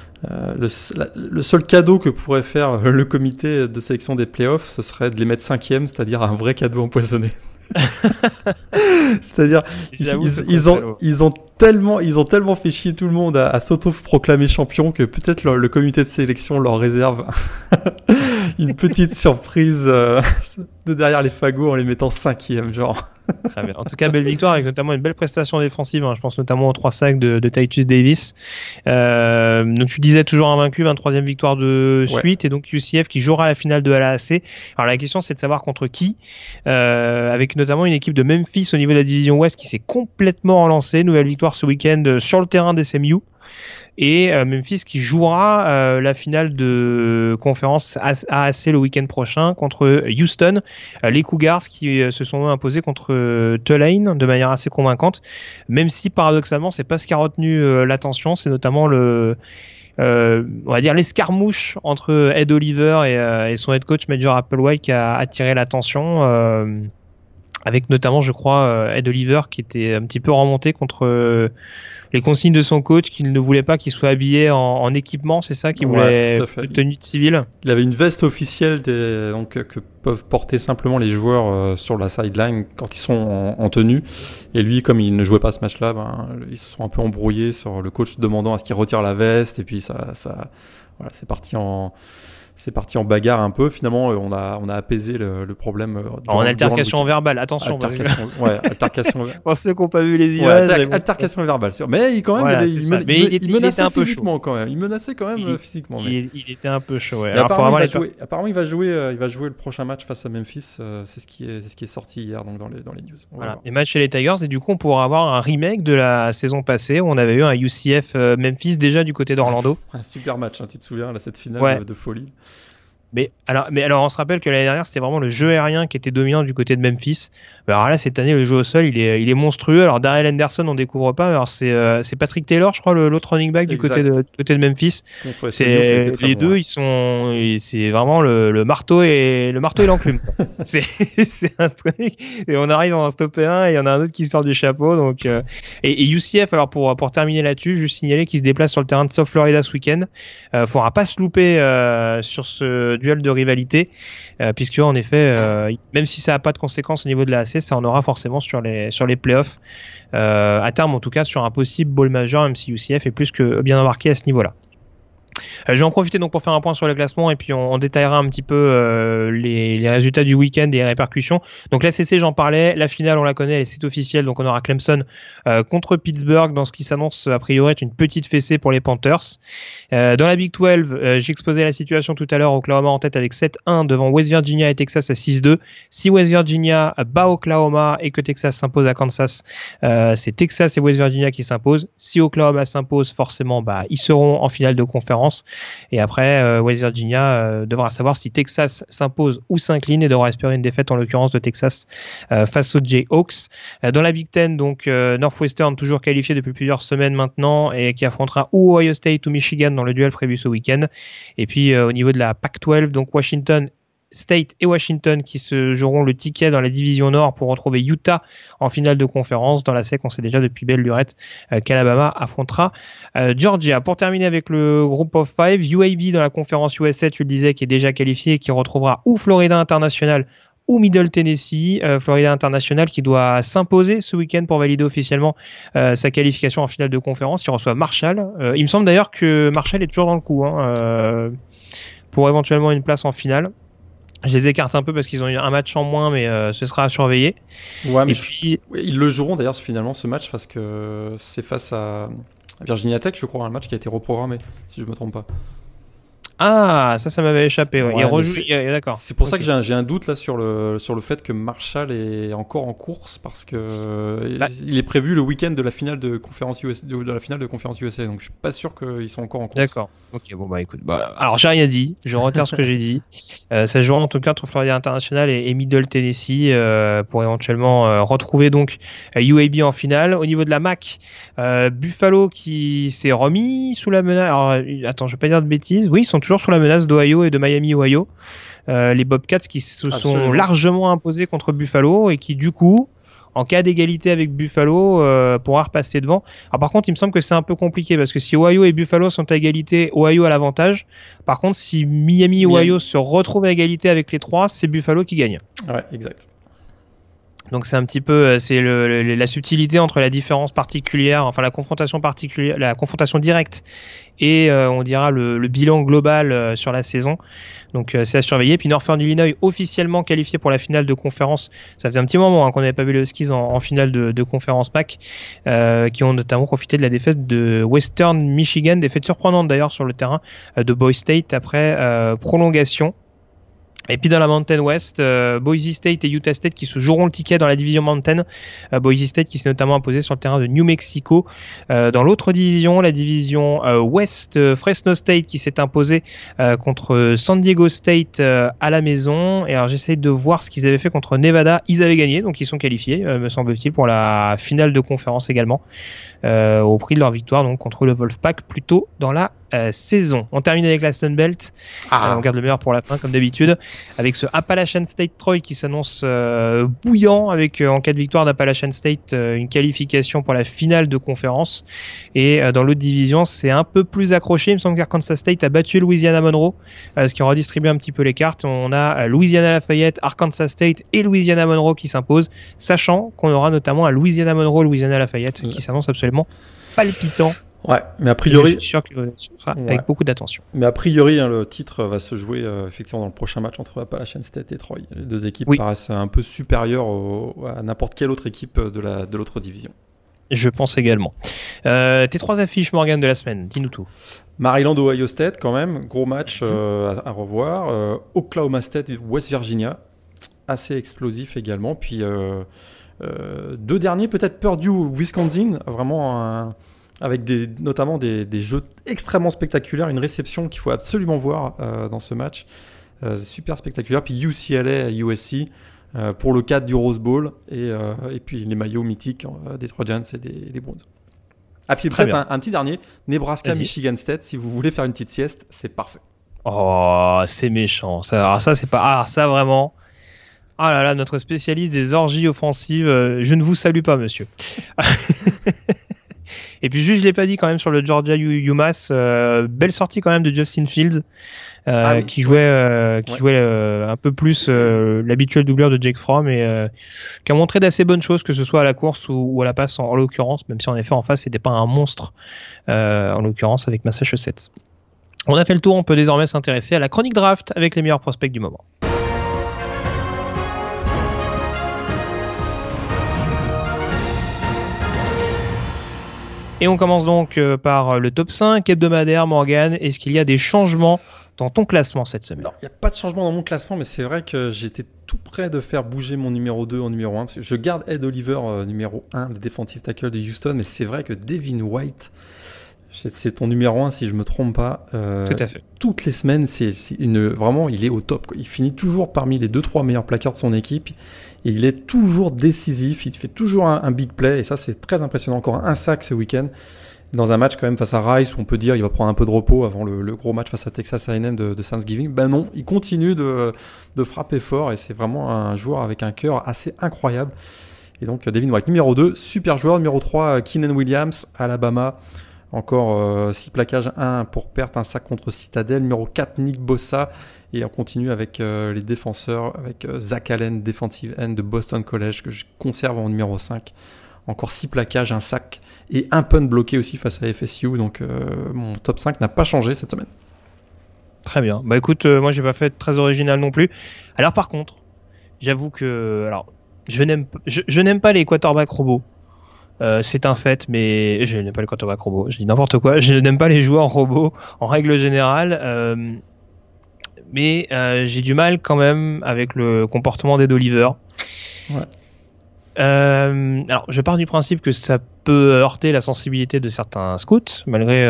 le seul cadeau que pourrait faire le comité de sélection des playoffs, ce serait de les mettre 5e, c'est-à-dire un vrai cadeau empoisonné. C'est-à-dire ils ont tellement fait chier tout le monde à s'auto-proclamer champion que peut-être le comité de sélection leur réserve une petite surprise de derrière les fagots en les mettant 5e, genre. Très bien. En tout cas, belle victoire avec notamment une belle prestation défensive. Je pense notamment aux 3 sacs de Titus Davis. Donc tu disais toujours invaincu, 23e victoire de suite, et donc UCF qui jouera la finale de l'AAC. Alors la question c'est de savoir contre qui, avec notamment une équipe de Memphis au niveau de la division Ouest qui s'est complètement relancée. Nouvelle victoire ce week-end sur le terrain des SMU. Et Memphis qui jouera la finale de conférence AAC le week-end prochain contre Houston, les Cougars qui se sont imposés contre Tulane de manière assez convaincante, même si paradoxalement c'est pas ce qui a retenu l'attention, c'est notamment on va dire l'escarmouche entre Ed Oliver et son head coach Major Applewhite qui a attiré l'attention, avec notamment je crois Ed Oliver qui était un petit peu remonté contre les consignes de son coach, qu'il ne voulait pas qu'il soit habillé en équipement, c'est ça, qu'il voulait une tenue de civil. Il avait une veste officielle que peuvent porter simplement les joueurs sur la sideline quand ils sont en tenue. Et lui, comme il ne jouait pas ce match-là, ils se sont un peu embrouillés sur le coach demandant à ce qu'il retire la veste. Et puis voilà, c'est parti en bagarre un peu. Finalement, on a apaisé le problème. En altercation verbale, attention. Altercation. Pour ceux qui n'ont pas vu les images. Altercation verbale. Mais il menaçait un peu physiquement chaud. Quand même. Il menaçait quand même physiquement. Il était un peu chaud. Ouais. Apparemment, il va jouer le prochain match face à Memphis. C'est ce qui est sorti hier donc dans les news. Voilà. Les matchs chez les Tigers, et du coup, on pourra avoir un remake de la saison passée où on avait eu un UCF Memphis déjà du côté d'Orlando. Un super match, tu te souviens, cette finale de folie. Mais alors, on se rappelle que l'année dernière, c'était vraiment le jeu aérien qui était dominant du côté de Memphis. Alors là, cette année, le jeu au sol, il est monstrueux. Alors, Darrell Henderson, on découvre pas. Alors, c'est Patrick Taylor, je crois, l'autre running back du côté de Memphis. C'est les deux, c'est vraiment le marteau et l'enclume. c'est un truc. Et on arrive à en stopper un et il y en a un autre qui sort du chapeau. Donc, et UCF, alors pour terminer là-dessus, juste signaler qu'il se déplace sur le terrain de South Florida ce week-end. Faudra pas se louper sur ce duel de rivalité, puisque en effet, même si ça n'a pas de conséquences au niveau de la AC, ça en aura forcément sur les playoffs, à terme en tout cas sur un possible bowl majeur, même si UCF est plus que bien embarqué à ce niveau-là. Je vais en profiter donc pour faire un point sur le classement et puis on détaillera un petit peu les résultats du week-end et les répercussions. Donc la CC, j'en parlais, la finale on la connaît, c'est officiel, donc on aura Clemson contre Pittsburgh dans ce qui s'annonce a priori être une petite fessée pour les Panthers. Dans la Big 12, j'ai exposé la situation tout à l'heure, Oklahoma en tête avec 7-1 devant West Virginia et Texas à 6-2. Si West Virginia bat Oklahoma et que Texas s'impose à Kansas, c'est Texas et West Virginia qui s'imposent. Si Oklahoma s'impose, forcément ils seront en finale de conférence. Et après, West Virginia devra savoir si Texas s'impose ou s'incline et devra espérer une défaite en l'occurrence de Texas face aux Jayhawks. Dans la Big Ten, donc Northwestern toujours qualifié depuis plusieurs semaines maintenant et qui affrontera ou Ohio State ou Michigan dans le duel prévu ce week-end. Et puis au niveau de la Pac-12, donc Washington State et Washington qui se joueront le ticket dans la division Nord pour retrouver Utah en finale de conférence. Dans la SEC, on sait déjà depuis belle lurette qu'Alabama affrontera Georgia. Pour terminer avec le Group of Five, UAB dans la conférence USA, tu le disais, qui est déjà qualifié et qui retrouvera ou Florida International ou Middle Tennessee. Florida International qui doit s'imposer ce week-end pour valider officiellement sa qualification en finale de conférence. Il reçoit Marshall. Il me semble d'ailleurs que Marshall est toujours dans le coup pour éventuellement une place en finale. Je les écarte un peu parce qu'ils ont eu un match en moins, mais ce sera à surveiller. Ouais, mais ils le joueront d'ailleurs finalement ce match parce que c'est face à Virginia Tech, je crois, un match qui a été reprogrammé, si je me trompe pas. Ah, ça m'avait échappé. Ouais. D'accord. C'est pour ça que j'ai un doute là sur le fait que Marshall est encore en course parce que il est prévu le week-end de la finale de conférence USA, donc je suis pas sûr qu'ils sont encore en course. D'accord. Ok, bon écoute, alors j'ai rien dit, je retire ce que j'ai dit. Ça jouera en tout cas entre Florida International et Middle Tennessee pour éventuellement retrouver donc UAB en finale. Au niveau de la MAC, Buffalo qui s'est remis sous la menace. Alors attends, je vais pas dire de bêtises. Oui, ils sont toujours sous la menace d'Ohio et de Miami, Ohio. Les Bobcats qui se sont largement imposés contre Buffalo et qui du coup, en cas d'égalité avec Buffalo, pourra repasser devant. Alors par contre, il me semble que c'est un peu compliqué parce que si Ohio et Buffalo sont à égalité, Ohio a l'avantage. Par contre, si Miami et Ohio se retrouvent à égalité avec les trois, c'est Buffalo qui gagne. Ouais, exact. Donc c'est un petit peu la subtilité entre la différence particulière, enfin la confrontation directe et on dira le bilan global sur la saison. Donc c'est à surveiller. Puis Northern Illinois officiellement qualifié pour la finale de conférence. Ça faisait un petit moment qu'on n'avait pas vu les Huskies en finale de conférence PAC, qui ont notamment profité de la défaite de Western Michigan, défaite surprenante d'ailleurs sur le terrain de Boise State après prolongation. Et puis dans la Mountain West, Boise State et Utah State qui se joueront le ticket dans la division Mountain. Boise State qui s'est notamment imposé sur le terrain de New Mexico. Dans l'autre division, la division West, Fresno State qui s'est imposé contre San Diego State à la maison. Et alors j'essaie de voir ce qu'ils avaient fait contre Nevada. Ils avaient gagné, donc ils sont qualifiés, me semble-t-il, pour la finale de conférence également. Au prix de leur victoire donc contre le Wolfpack plus tôt dans la saison. On termine avec la Sun Belt. On garde le meilleur pour la fin comme d'habitude, avec ce Appalachian State Troy qui s'annonce bouillant, avec en cas de victoire d'Appalachian State une qualification pour la finale de conférence. Et dans l'autre division c'est un peu plus accroché. Il me semble qu'Arkansas State a battu Louisiana Monroe, ce qui redistribue un petit peu les cartes. On a Louisiana Lafayette, Arkansas State et Louisiana Monroe qui s'imposent, sachant qu'on aura notamment un Louisiana Monroe, Louisiana Lafayette qui s'annonce absolument palpitant. Ouais, mais a priori, je suis sûr qu'il sera avec beaucoup d'attention. Mais a priori, le titre va se jouer effectivement dans le prochain match entre Appalachian State et Troy. Les deux équipes paraissent un peu supérieures à n'importe quelle autre équipe de l'autre division. Je pense également. Tes trois affiches, Morgan, de la semaine, dis-nous tout. Maryland, Ohio State, quand même, gros match à revoir. Oklahoma State, West Virginia, assez explosif également. Puis deux derniers, peut-être Purdue, Wisconsin, vraiment avec notamment des jeux extrêmement spectaculaires, une réception qu'il faut absolument voir dans ce match, super spectaculaire. Puis UCLA, USC pour le cadre du Rose Bowl et puis les maillots mythiques des Trojans et des Browns. Ah puis peut-être un petit dernier, Nebraska, Michigan State, si vous voulez faire une petite sieste, c'est parfait. Oh, c'est méchant. Ça c'est pas. Ah, ça vraiment. Ah là là, notre spécialiste des orgies offensives, je ne vous salue pas, monsieur. Et puis juste, je l'ai pas dit quand même sur le Georgia UMass, belle sortie quand même de Justin Fields, qui jouait un peu plus l'habituel doubleur de Jake Fromm et qui a montré d'assez bonnes choses, que ce soit à la course ou à la passe en l'occurrence, même si en effet en face c'était pas un monstre en l'occurrence avec Massachusetts. On a fait le tour, on peut désormais s'intéresser à la chronique draft avec les meilleurs prospects du moment. Et on commence donc par le top 5 hebdomadaire. Morgan, est-ce qu'il y a des changements dans ton classement cette semaine? Non, il n'y a pas de changement dans mon classement, mais c'est vrai que j'étais tout près de faire bouger mon numéro 2 en numéro 1. Parce que je garde Ed Oliver numéro 1, le defensive tackle de Houston, mais c'est vrai que Devin White, c'est ton numéro 1 si je ne me trompe pas. Tout à fait. Toutes les semaines, vraiment, il est au top, quoi. Il finit toujours parmi les 2-3 meilleurs plaqueurs de son équipe. Et il est toujours décisif, il fait toujours un big play, et ça c'est très impressionnant. Encore un sac ce week-end, dans un match quand même face à Rice, où on peut dire il va prendre un peu de repos avant le gros match face à Texas A&M de Thanksgiving. Ben non, il continue de frapper fort, et c'est vraiment un joueur avec un cœur assez incroyable. Et donc Devin White, numéro 2, super joueur. Numéro 3, Keenan Williams, Alabama. Encore 6 plaquages, 1 pour perte, un sac contre Citadel. Numéro 4, Nick Bosa. Et on continue avec les défenseurs, avec Zach Allen, defensive end de Boston College, que je conserve en numéro 5. Encore 6 plaquages, un sac et un punt bloqué aussi face à FSU. Donc mon top 5 n'a pas changé cette semaine. Très bien. Bah écoute, moi j'ai pas fait très original non plus. Alors par contre, j'avoue que je n'aime pas les quarterbacks robots. C'est un fait, mais je n'aime pas les quarterbacks robots. Je dis n'importe quoi. Je n'aime pas les joueurs robots en règle générale. Mais j'ai du mal quand même avec le comportement d'Ed Oliver. Ouais. Alors, je pars du principe que ça peut heurter la sensibilité de certains scouts, malgré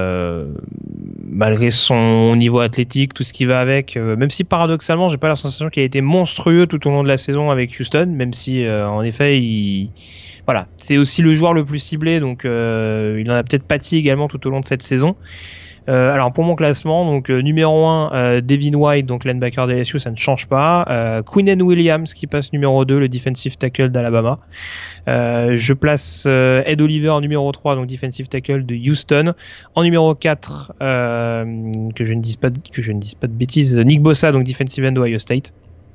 son niveau athlétique, tout ce qui va avec. Même si paradoxalement, j'ai pas la sensation qu'il a été monstrueux tout au long de la saison avec Houston, même si en effet, voilà, c'est aussi le joueur le plus ciblé, donc il en a peut-être pâti également tout au long de cette saison. Alors pour mon classement, donc numéro 1, Devin White, donc linebacker de LSU, ça ne change pas. Quinnen Williams qui passe numéro 2, le defensive tackle d'Alabama. Je place Ed Oliver en numéro 3, donc defensive tackle de Houston. En numéro 4, que je ne dise pas de bêtises, Nick Bosa, donc defensive end d'Ohio State.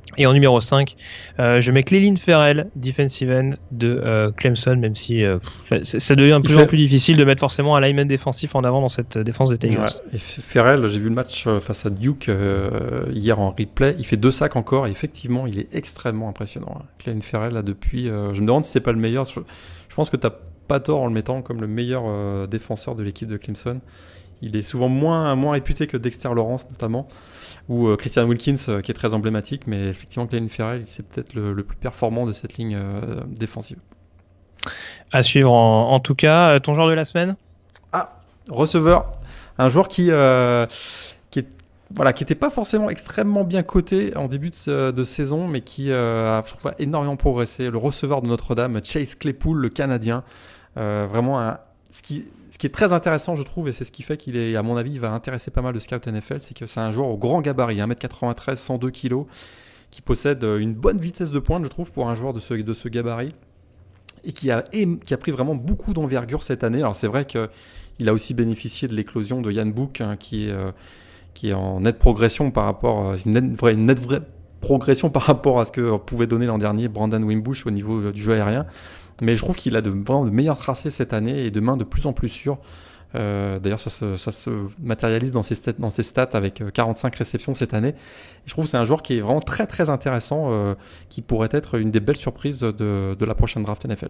Et en numéro 5, je mets Clelin Ferrell, defensive end de Clemson, même si ça devient de plus en plus difficile de mettre forcément un lineman défensif en avant dans cette défense des Tigers. Ouais. Et Ferrell, j'ai vu le match face à Duke hier en replay, il fait 2 sacs encore, et effectivement, il est extrêmement impressionnant. Clelin Ferrell, là, depuis, je me demande si c'est pas le meilleur. Je pense que t'as pas tort en le mettant comme le meilleur défenseur de l'équipe de Clemson. Il est souvent moins réputé que Dexter Lawrence, notamment, ou Christian Wilkins, qui est très emblématique, mais effectivement, Clelin Ferrell, c'est peut-être le plus performant de cette ligne défensive. À suivre en tout cas. Ton joueur de la semaine ? Receveur, un joueur qui était pas forcément extrêmement bien coté en début de saison, mais qui a énormément progressé. Le receveur de Notre-Dame, Chase Claypool, le Canadien, vraiment ce qui est très intéressant, je trouve, et c'est ce qui fait qu'il est, à mon avis, il va intéresser pas mal de scouts NFL, c'est que c'est un joueur au grand gabarit, 1m93, 102 kg, qui possède une bonne vitesse de pointe, je trouve, pour un joueur de ce gabarit, et qui a pris vraiment beaucoup d'envergure cette année. Alors c'est vrai qu'il a aussi bénéficié de l'éclosion de Ian Book, hein, qui est en nette progression par rapport, une vraie progression par rapport à ce que pouvait donner l'an dernier Brandon Wimbush au niveau du jeu aérien. Mais je trouve qu'il a vraiment de meilleurs tracés cette année et de mains de plus en plus sûres. D'ailleurs, ça se matérialise dans ses stats avec 45 réceptions cette année. Et je trouve que c'est un joueur qui est vraiment très très intéressant, qui pourrait être une des belles surprises de la prochaine draft NFL.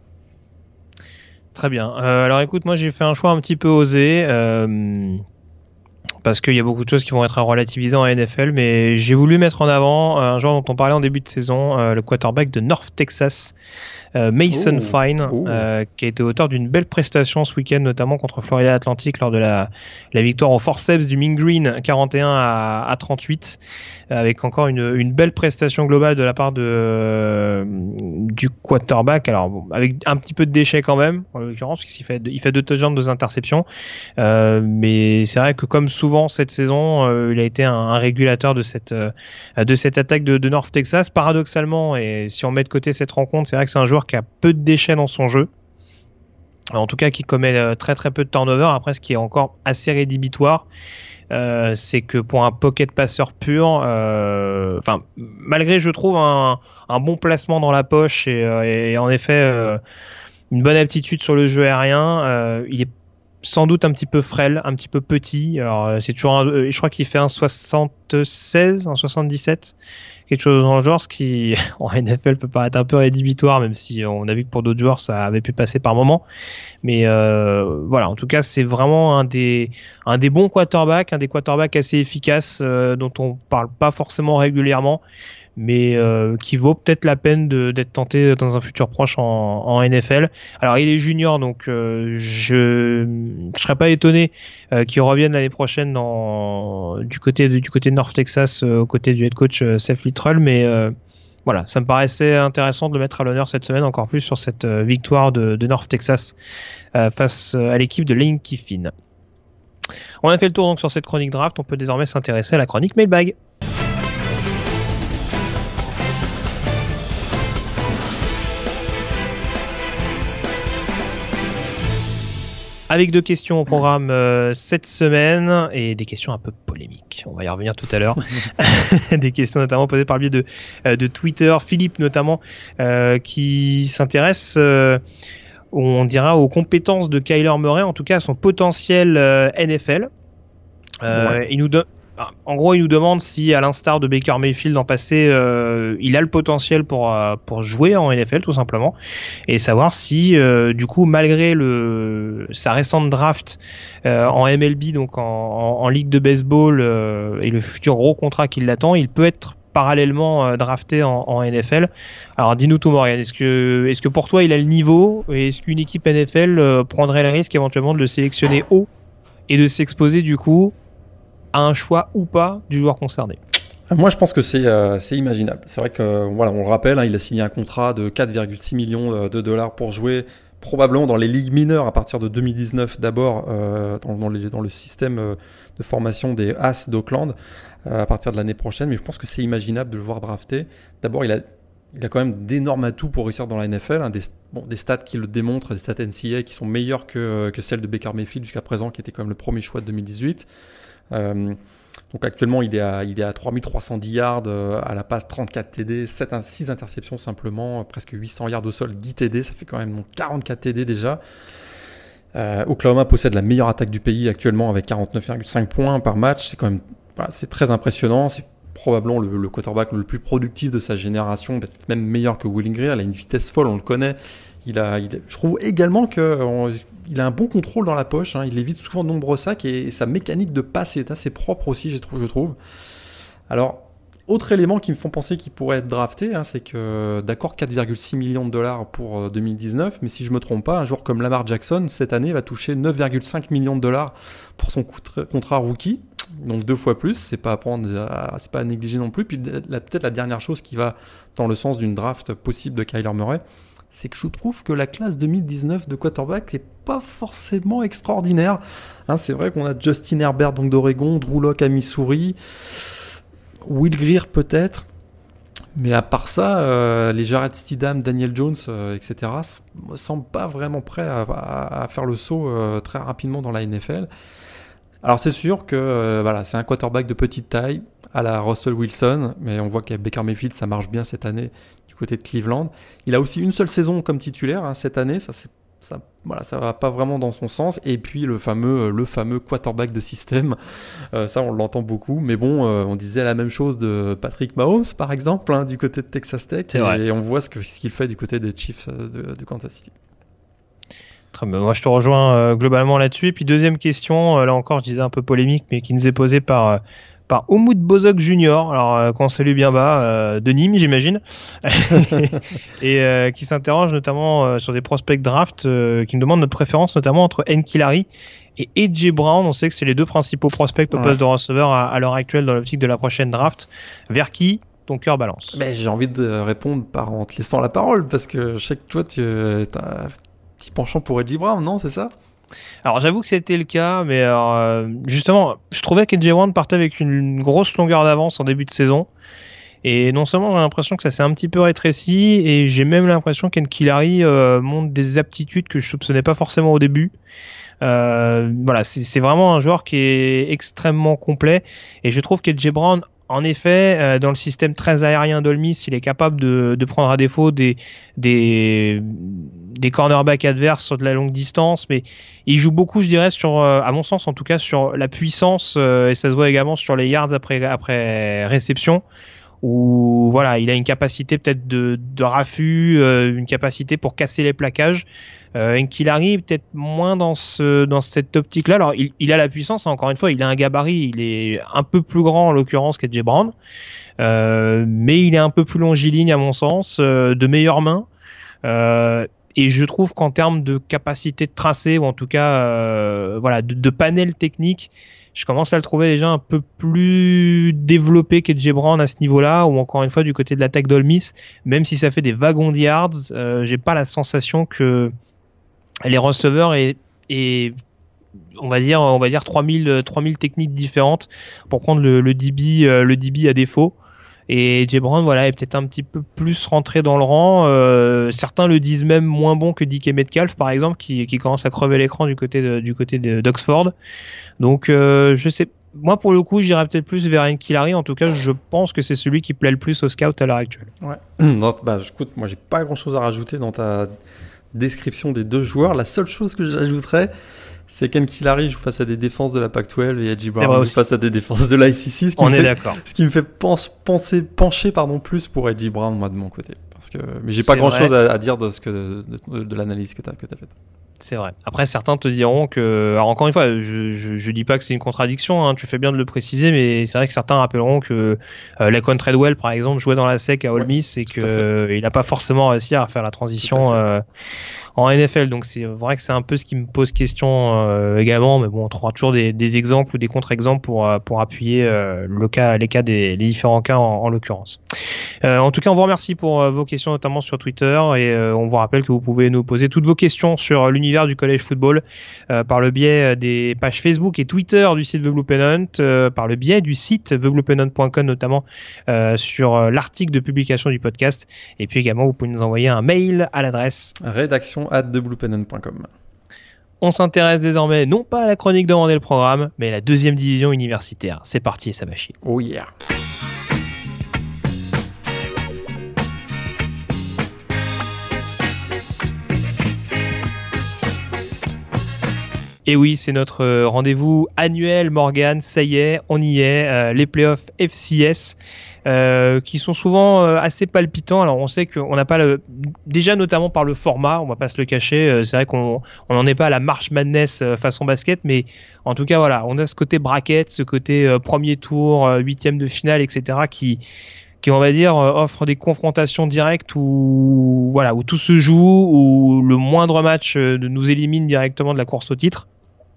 Très bien. Alors écoute, moi j'ai fait un choix un petit peu osé. Parce qu'il y a beaucoup de choses qui vont être relativisées en NFL, mais j'ai voulu mettre en avant un joueur dont on parlait en début de saison, le quarterback de North Texas, Mason Fine, qui a été auteur d'une belle prestation ce week-end, notamment contre Florida Atlantic lors de la victoire au forceps du Mean Green 41 à 38, avec encore une belle prestation globale de la part du quarterback. Alors bon, avec un petit peu de déchets quand même, en l'occurrence, parce qu'il fait 2 touchdowns, 2 interceptions, mais c'est vrai que comme souvent cette saison, il a été un régulateur de cette attaque de North Texas. Paradoxalement, et si on met de côté cette rencontre, c'est vrai que c'est un joueur qui a peu de déchets dans son jeu. En tout cas, qui commet très très peu de turnover. Après, ce qui est encore assez rédhibitoire, c'est que pour un pocket passeur pur, malgré, je trouve, un bon placement dans la poche et en effet une bonne aptitude sur le jeu aérien, il est sans doute un petit peu frêle, un petit peu petit. Alors c'est toujours je crois qu'il fait un 76, un 77, quelque chose dans le genre, ce qui en NFL peut paraître un peu rédhibitoire, même si on a vu que pour d'autres joueurs ça avait pu passer par moment. Mais voilà, en tout cas c'est vraiment un des bons quarterbacks, un des quarterbacks assez efficaces dont on parle pas forcément régulièrement, mais qui vaut peut-être la peine d'être tenté dans un futur proche en NFL. Alors il est junior, donc je serais pas étonné qu'il revienne l'année prochaine du côté de North Texas, aux côtés du head coach Seth Littrell, mais voilà, ça me paraissait intéressant de le mettre à l'honneur cette semaine, encore plus sur cette victoire de North Texas face à l'équipe de Lane Kiffin. On a fait le tour donc sur cette chronique draft, on peut désormais s'intéresser à la chronique mailbag. Avec 2 questions au programme cette semaine et des questions un peu polémiques. On va y revenir tout à l'heure. Des questions notamment posées par le biais de Twitter. Philippe notamment qui s'intéresse, on dira, aux compétences de Kyler Murray, en tout cas à son potentiel NFL. Il nous donne. En gros, il nous demande si, à l'instar de Baker Mayfield en passé, il a le potentiel pour jouer en NFL, tout simplement, et savoir si, du coup, malgré sa récente draft en MLB, donc en ligue de baseball, et le futur gros contrat qui l'attend, il peut être parallèlement drafté en NFL. Alors, dis-nous tout, Morgan, est-ce que pour toi, il a le niveau, et est-ce qu'une équipe NFL prendrait le risque éventuellement de le sélectionner haut et de s'exposer, du coup, à un choix ou pas du joueur concerné? Moi, je pense que c'est imaginable. C'est vrai que, voilà, on le rappelle, hein, il a signé un contrat de 4,6 millions de dollars pour jouer probablement dans les ligues mineures à partir de 2019 d'abord, dans le système de formation des As d'Oakland à partir de l'année prochaine. Mais je pense que c'est imaginable de le voir drafté. D'abord, il a quand même d'énormes atouts pour réussir dans la NFL, hein, des stats qui le démontrent, des stats NCAA qui sont meilleures que celles de Baker Mayfield jusqu'à présent, qui était quand même le premier choix de 2018. Donc actuellement, il est à 3310 yards à la passe, 34 TD, 6 interceptions simplement, presque 800 yards au sol, 10 TD, ça fait quand même 44 TD déjà. Oklahoma possède la meilleure attaque du pays actuellement avec 49,5 points par match. C'est quand même, c'est très impressionnant. C'est probablement le quarterback le plus productif de sa génération, peut-être même meilleur que Will Grier. Il a une vitesse folle, on le connaît. Je trouve également qu'il a un bon contrôle dans la poche. Il évite souvent de nombreux sacs et sa mécanique de passe est assez propre aussi, je trouve. Alors, autre élément qui me font penser qu'il pourrait être drafté, c'est que d'accord 4,6 millions de dollars pour 2019, mais si je me trompe pas, un joueur comme Lamar Jackson cette année va toucher 9,5 millions de dollars pour son contrat rookie, donc 2 fois plus. C'est pas à négliger non plus. Puis peut-être la dernière chose qui va dans le sens d'une draft possible de Kyler Murray, c'est que je trouve que la classe 2019 de quarterback n'est pas forcément extraordinaire. C'est vrai qu'on a Justin Herbert donc d'Oregon, Drew Lock à Missouri, Will Grier peut-être, mais à part ça, les Jared Stidham, Daniel Jones, etc. me semblent pas vraiment prêts à faire le saut très rapidement dans la NFL. Alors c'est sûr que c'est un quarterback de petite taille à la Russell Wilson, mais on voit qu'avec Baker Mayfield ça marche bien cette année du côté de Cleveland. Il a aussi une seule saison comme titulaire cette année, ça va pas vraiment dans son sens. Et puis le fameux quarterback de système, ça on l'entend beaucoup. Mais bon, on disait la même chose de Patrick Mahomes par exemple du côté de Texas Tech, et on voit ce qu'il fait du côté des Chiefs de Kansas City. Très bien. Moi je te rejoins globalement là-dessus. Et puis deuxième question, là encore je disais un peu polémique, mais qui nous est posée par Oumoud Bozok Junior, alors qu'on salue bien bas, de Nîmes j'imagine, et qui s'interroge notamment sur des prospects draft, qui me demandent notre préférence notamment entre N'Keal et A.J. Brown. On sait que c'est les deux principaux prospects au poste de receveur à l'heure actuelle dans l'optique de la prochaine draft. Vers qui ton cœur balance? J'ai envie de répondre en te laissant la parole, parce que je sais que toi tu as un petit penchant pour A.J. Brown, non, c'est ça? Alors j'avoue que c'était le cas, mais justement, je trouvais qu'A.J. Brown partait avec une grosse longueur d'avance en début de saison. Et non seulement j'ai l'impression que ça s'est un petit peu rétréci, et j'ai même l'impression qu'Nkeal montre des aptitudes que je soupçonnais pas forcément au début. C'est vraiment un joueur qui est extrêmement complet, et je trouve qu'A.J. Brown, en effet, dans le système très aérien d'Ole Miss, il est capable de prendre à défaut des cornerbacks adverses sur de la longue distance, mais il joue beaucoup, je dirais, à mon sens en tout cas, sur la puissance, et ça se voit également sur les yards après réception, où il a une capacité peut-être de raffut, une capacité pour casser les plaquages. N'Keal peut-être moins dans cette optique-là. Alors il a la puissance, encore une fois, il a un gabarit, il est un peu plus grand en l'occurrence qu'A.J. Brown, mais il est un peu plus longiligne à mon sens, de meilleures mains. Et je trouve qu'en termes de capacité de tracé, ou en tout cas de panel technique, je commence à le trouver déjà un peu plus développé qu'A.J. Brown à ce niveau-là, ou encore une fois du côté de l'attaque d'Ole Miss, même si ça fait des wagons de yards, j'ai pas la sensation que les receveurs et on va dire 3000 techniques différentes pour prendre le DB à défaut. Et A.J. Brown est peut-être un petit peu plus rentré dans le rang. Certains le disent même moins bon que DK Metcalf par exemple, qui commence à crever l'écran du côté d'Oxford. Donc je sais, moi pour le coup j'irais peut-être plus vers N'Keal. En tout cas je pense que c'est celui qui plaît le plus aux scouts à l'heure actuelle. Écoute, moi j'ai pas grand chose à rajouter dans ta description des deux joueurs. La seule chose que j'ajouterais, c'est qu'Nkeal joue face à des défenses de la Pac-12 et A.J. Brown joue face à des défenses de l'ICC. Ce qui me fait pencher plus pour A.J. Brown, moi de mon côté. Mais j'ai pas grand chose à dire de l'analyse que t'as faite. C'est vrai. Après, certains te diront que, alors encore une fois, je dis pas que c'est une contradiction, tu fais bien de le préciser, mais c'est vrai que certains rappelleront que Laquan Treadwell, par exemple, jouait dans la SEC à Ole Miss et que il n'a pas forcément réussi à faire la transition en NFL. Donc c'est vrai que c'est un peu ce qui me pose question également, mais bon, on trouvera toujours des exemples ou des contre-exemples pour appuyer les différents cas en l'occurrence. En tout cas, on vous remercie pour vos questions, notamment sur Twitter, et on vous rappelle que vous pouvez nous poser toutes vos questions sur l'univers du college football par le biais des pages Facebook et Twitter du site The Blue Pennant, par le biais du site thebluepennant.com, notamment sur l'article de publication du podcast, et puis également vous pouvez nous envoyer un mail à l'adresse rédaction@thebluepennant.com. On s'intéresse désormais non pas à la chronique demandée le programme, mais à la deuxième division universitaire. C'est parti, ça va chier. Oh yeah. Et oui, c'est notre rendez-vous annuel, Morgane, ça y est, on y est, les playoffs FCS. Qui sont souvent assez palpitants. Alors on sait qu'on n'a pas déjà notamment par le format, on va pas se le cacher, c'est vrai qu'on n'en est pas à la March Madness façon basket, mais en tout cas voilà, on a ce côté bracket, ce côté premier tour, huitième de finale, etc. qui on va dire offre des confrontations directes où voilà, où tout se joue, où le moindre match nous élimine directement de la course au titre.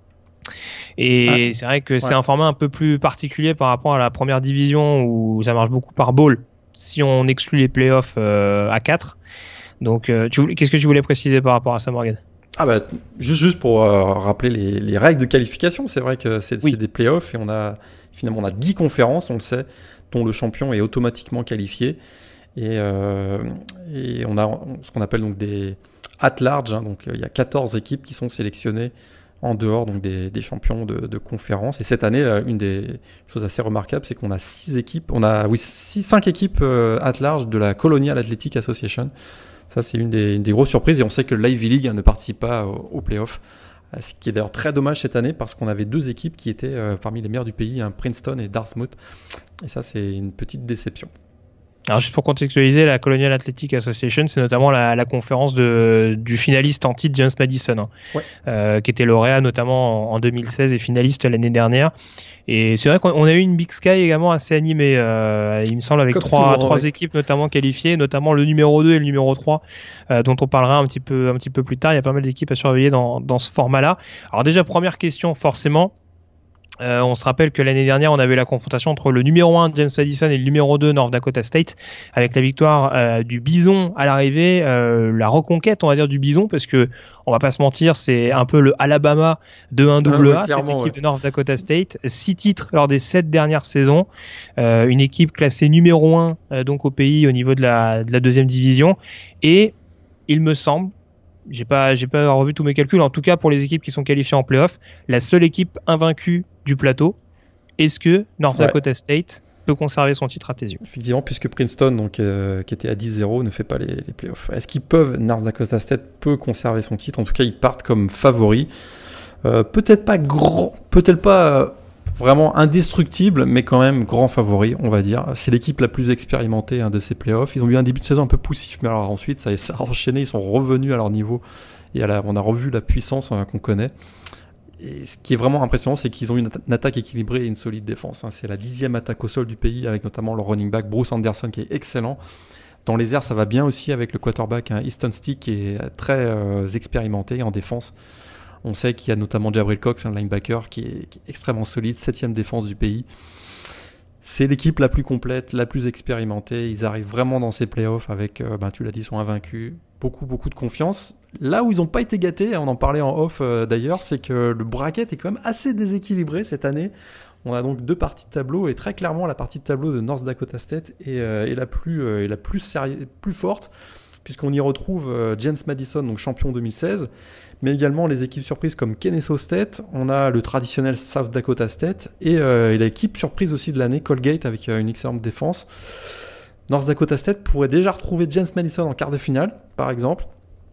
Et c'est vrai que c'est un format un peu plus particulier par rapport à la première division où ça marche beaucoup par bowl si on exclut les playoffs à 4. Donc qu'est-ce que tu voulais préciser par rapport à ça, Morgan? Juste pour rappeler les règles de qualification, c'est vrai que c'est des playoffs et on a 10 conférences, on le sait, dont le champion est automatiquement qualifié et on a ce qu'on appelle donc des at large, hein, donc il y a 14 équipes qui sont sélectionnées en dehors donc des champions de conférence. Et cette année, une des choses assez remarquables, c'est qu'on a 5 équipes at large de la Colonial Athletic Association. Ça, c'est une des grosses surprises. Et on sait que l'Ivy League ne participe pas aux playoffs. Ce qui est d'ailleurs très dommage cette année parce qu'on avait 2 équipes qui étaient parmi les meilleures du pays, Princeton et Dartmouth. Et ça, c'est une petite déception. Alors juste pour contextualiser, la Colonial Athletic Association, c'est notamment la conférence du finaliste en titre James Madison, qui était lauréat notamment en 2016 et finaliste l'année dernière. Et c'est vrai qu'on a eu une Big Sky également assez animée, il me semble, avec trois équipes notamment qualifiées, notamment le numéro 2 et le numéro 3, dont on parlera un petit peu plus tard. Il y a pas mal d'équipes à surveiller dans ce format-là. Alors déjà, première question, forcément. On se rappelle que l'année dernière, on avait la confrontation entre le numéro 1 James Madison et le numéro 2 North Dakota State, avec la victoire du Bison à l'arrivée, la reconquête, on va dire, du Bison, parce que on va pas se mentir, c'est un peu le Alabama de 1AA, cette équipe de North Dakota State. 6 titres lors des 7 dernières saisons, une équipe classée numéro 1 donc au pays au niveau de la deuxième division, et il me semble, j'ai pas revu tous mes calculs, en tout cas pour les équipes qui sont qualifiées en play-off, la seule équipe invaincue du plateau. Est-ce que North Dakota State peut conserver son titre à tes yeux? Effectivement, puisque Princeton, donc, qui était à 10-0, ne fait pas les playoffs. Est-ce qu'ils peuvent, North Dakota State peut conserver son titre? En tout cas, ils partent comme favoris. Peut-être pas vraiment indestructible, mais quand même grand favori, on va dire. C'est l'équipe la plus expérimentée de ces playoffs. Ils ont eu un début de saison un peu poussif, mais alors ensuite, ça a enchaîné, ils sont revenus à leur niveau. Et on a revu la puissance qu'on connaît. Et ce qui est vraiment impressionnant, c'est qu'ils ont une attaque équilibrée et une solide défense. C'est la 10e attaque au sol du pays, avec notamment leur running back Bruce Anderson qui est excellent. Dans les airs, ça va bien aussi avec le quarterback Easton Stick qui est très expérimenté en défense. On sait qu'il y a notamment Jabril Cox, un linebacker qui est extrêmement solide, 7e défense du pays. C'est l'équipe la plus complète, la plus expérimentée. Ils arrivent vraiment dans ces playoffs avec, tu l'as dit, ils sont invaincus. Beaucoup de confiance. Là où ils n'ont pas été gâtés, on en parlait en off d'ailleurs, c'est que le bracket est quand même assez déséquilibré cette année. On a donc 2 parties de tableau et très clairement la partie de tableau de North Dakota State est la plus forte, puisqu'on y retrouve James Madison, donc champion 2016, mais également les équipes surprises comme Kennesaw State. On a le traditionnel South Dakota State et l'équipe surprise aussi de l'année, Colgate, avec une excellente défense. North Dakota State pourrait déjà retrouver James Madison en quart de finale, par exemple.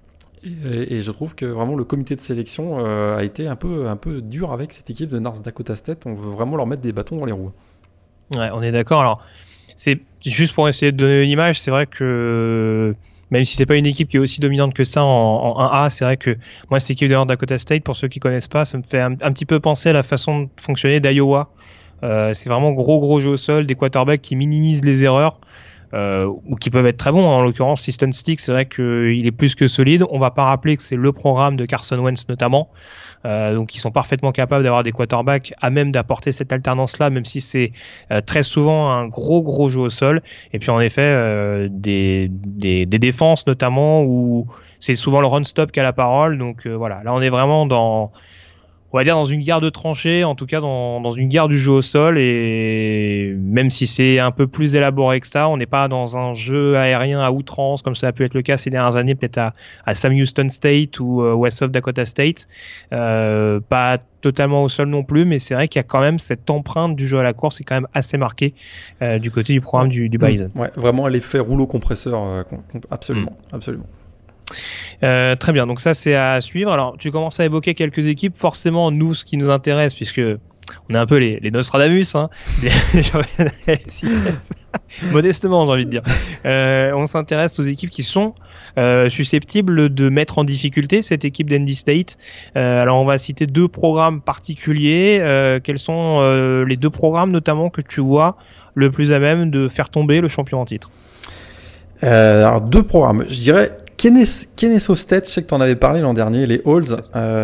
Et je trouve que vraiment le comité de sélection a été un peu dur avec cette équipe de North Dakota State. On veut vraiment leur mettre des bâtons dans les roues. Ouais, on est d'accord. Alors, c'est juste pour essayer de donner une image, c'est vrai que même si c'est pas une équipe qui est aussi dominante que ça en 1A, c'est vrai que moi, cette équipe de North Dakota State, pour ceux qui connaissent pas, ça me fait un petit peu penser à la façon de fonctionner d'Iowa. C'est vraiment gros jeu au sol, des quarterbacks qui minimisent les erreurs. Ou qui peuvent être très bons. En l'occurrence, Easton Stick, c'est vrai qu'il est plus que solide. On va pas rappeler que c'est le programme de Carson Wentz notamment. Donc ils sont parfaitement capables d'avoir des quarterbacks à même d'apporter cette alternance-là, même si c'est très souvent un gros jeu au sol. Et puis en effet, des défenses notamment où c'est souvent le run-stop qui a la parole. Donc voilà, là on est vraiment dans on va dire dans une guerre de tranchées, en tout cas dans une guerre du jeu au sol, et même si c'est un peu plus élaboré que ça, on n'est pas dans un jeu aérien à outrance comme ça a pu être le cas ces dernières années, peut-être à Sam Houston State ou West of Dakota State, pas totalement au sol non plus, mais c'est vrai qu'il y a quand même cette empreinte du jeu à la course qui est quand même assez marquée du côté du programme du Bison. Ouais, vraiment l'effet rouleau compresseur, absolument. Très bien, donc ça c'est à suivre. Alors tu commences à évoquer quelques équipes, forcément nous ce qui nous intéresse, puisque on est un peu les Nostradamus, hein, modestement j'ai envie de dire. On s'intéresse aux équipes qui sont susceptibles de mettre en difficulté cette équipe d'ND State. Alors on va citer 2 programmes particuliers. Quels sont les 2 programmes notamment que tu vois le plus à même de faire tomber le champion en titre? Alors 2 programmes, je dirais Kennesaw State, je sais que tu en avais parlé l'an dernier, les Halls.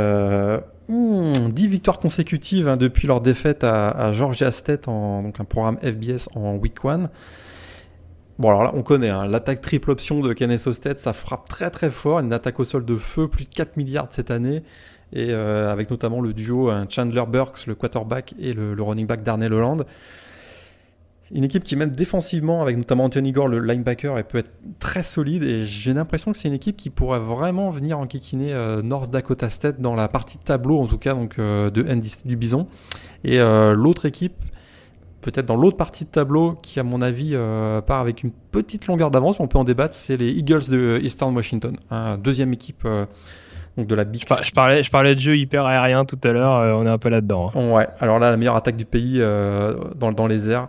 10 victoires consécutives depuis leur défaite à Georgia State, donc un programme FBS en Week 1. Bon alors là on connaît l'attaque triple option de Kennesaw State, ça frappe très très fort, une attaque au sol de feu, plus de 4 milliards cette année, et avec notamment le duo Chandler Burks, le quarterback, et le running back Darnell Holland. Une équipe qui même défensivement, avec notamment Anthony Gore, le linebacker, elle peut être très solide, et j'ai l'impression que c'est une équipe qui pourrait vraiment venir enquiquiner North Dakota State dans la partie de tableau, en tout cas donc de ND State du Bison. Et l'autre équipe, peut-être dans l'autre partie de tableau, qui à mon avis part avec une petite longueur d'avance, mais on peut en débattre, c'est les Eagles de Eastern Washington, deuxième équipe donc de la Big Ten. Je parlais de jeu hyper aérien tout à l'heure, on est un peu là-dedans. Ouais, alors là la meilleure attaque du pays dans les airs.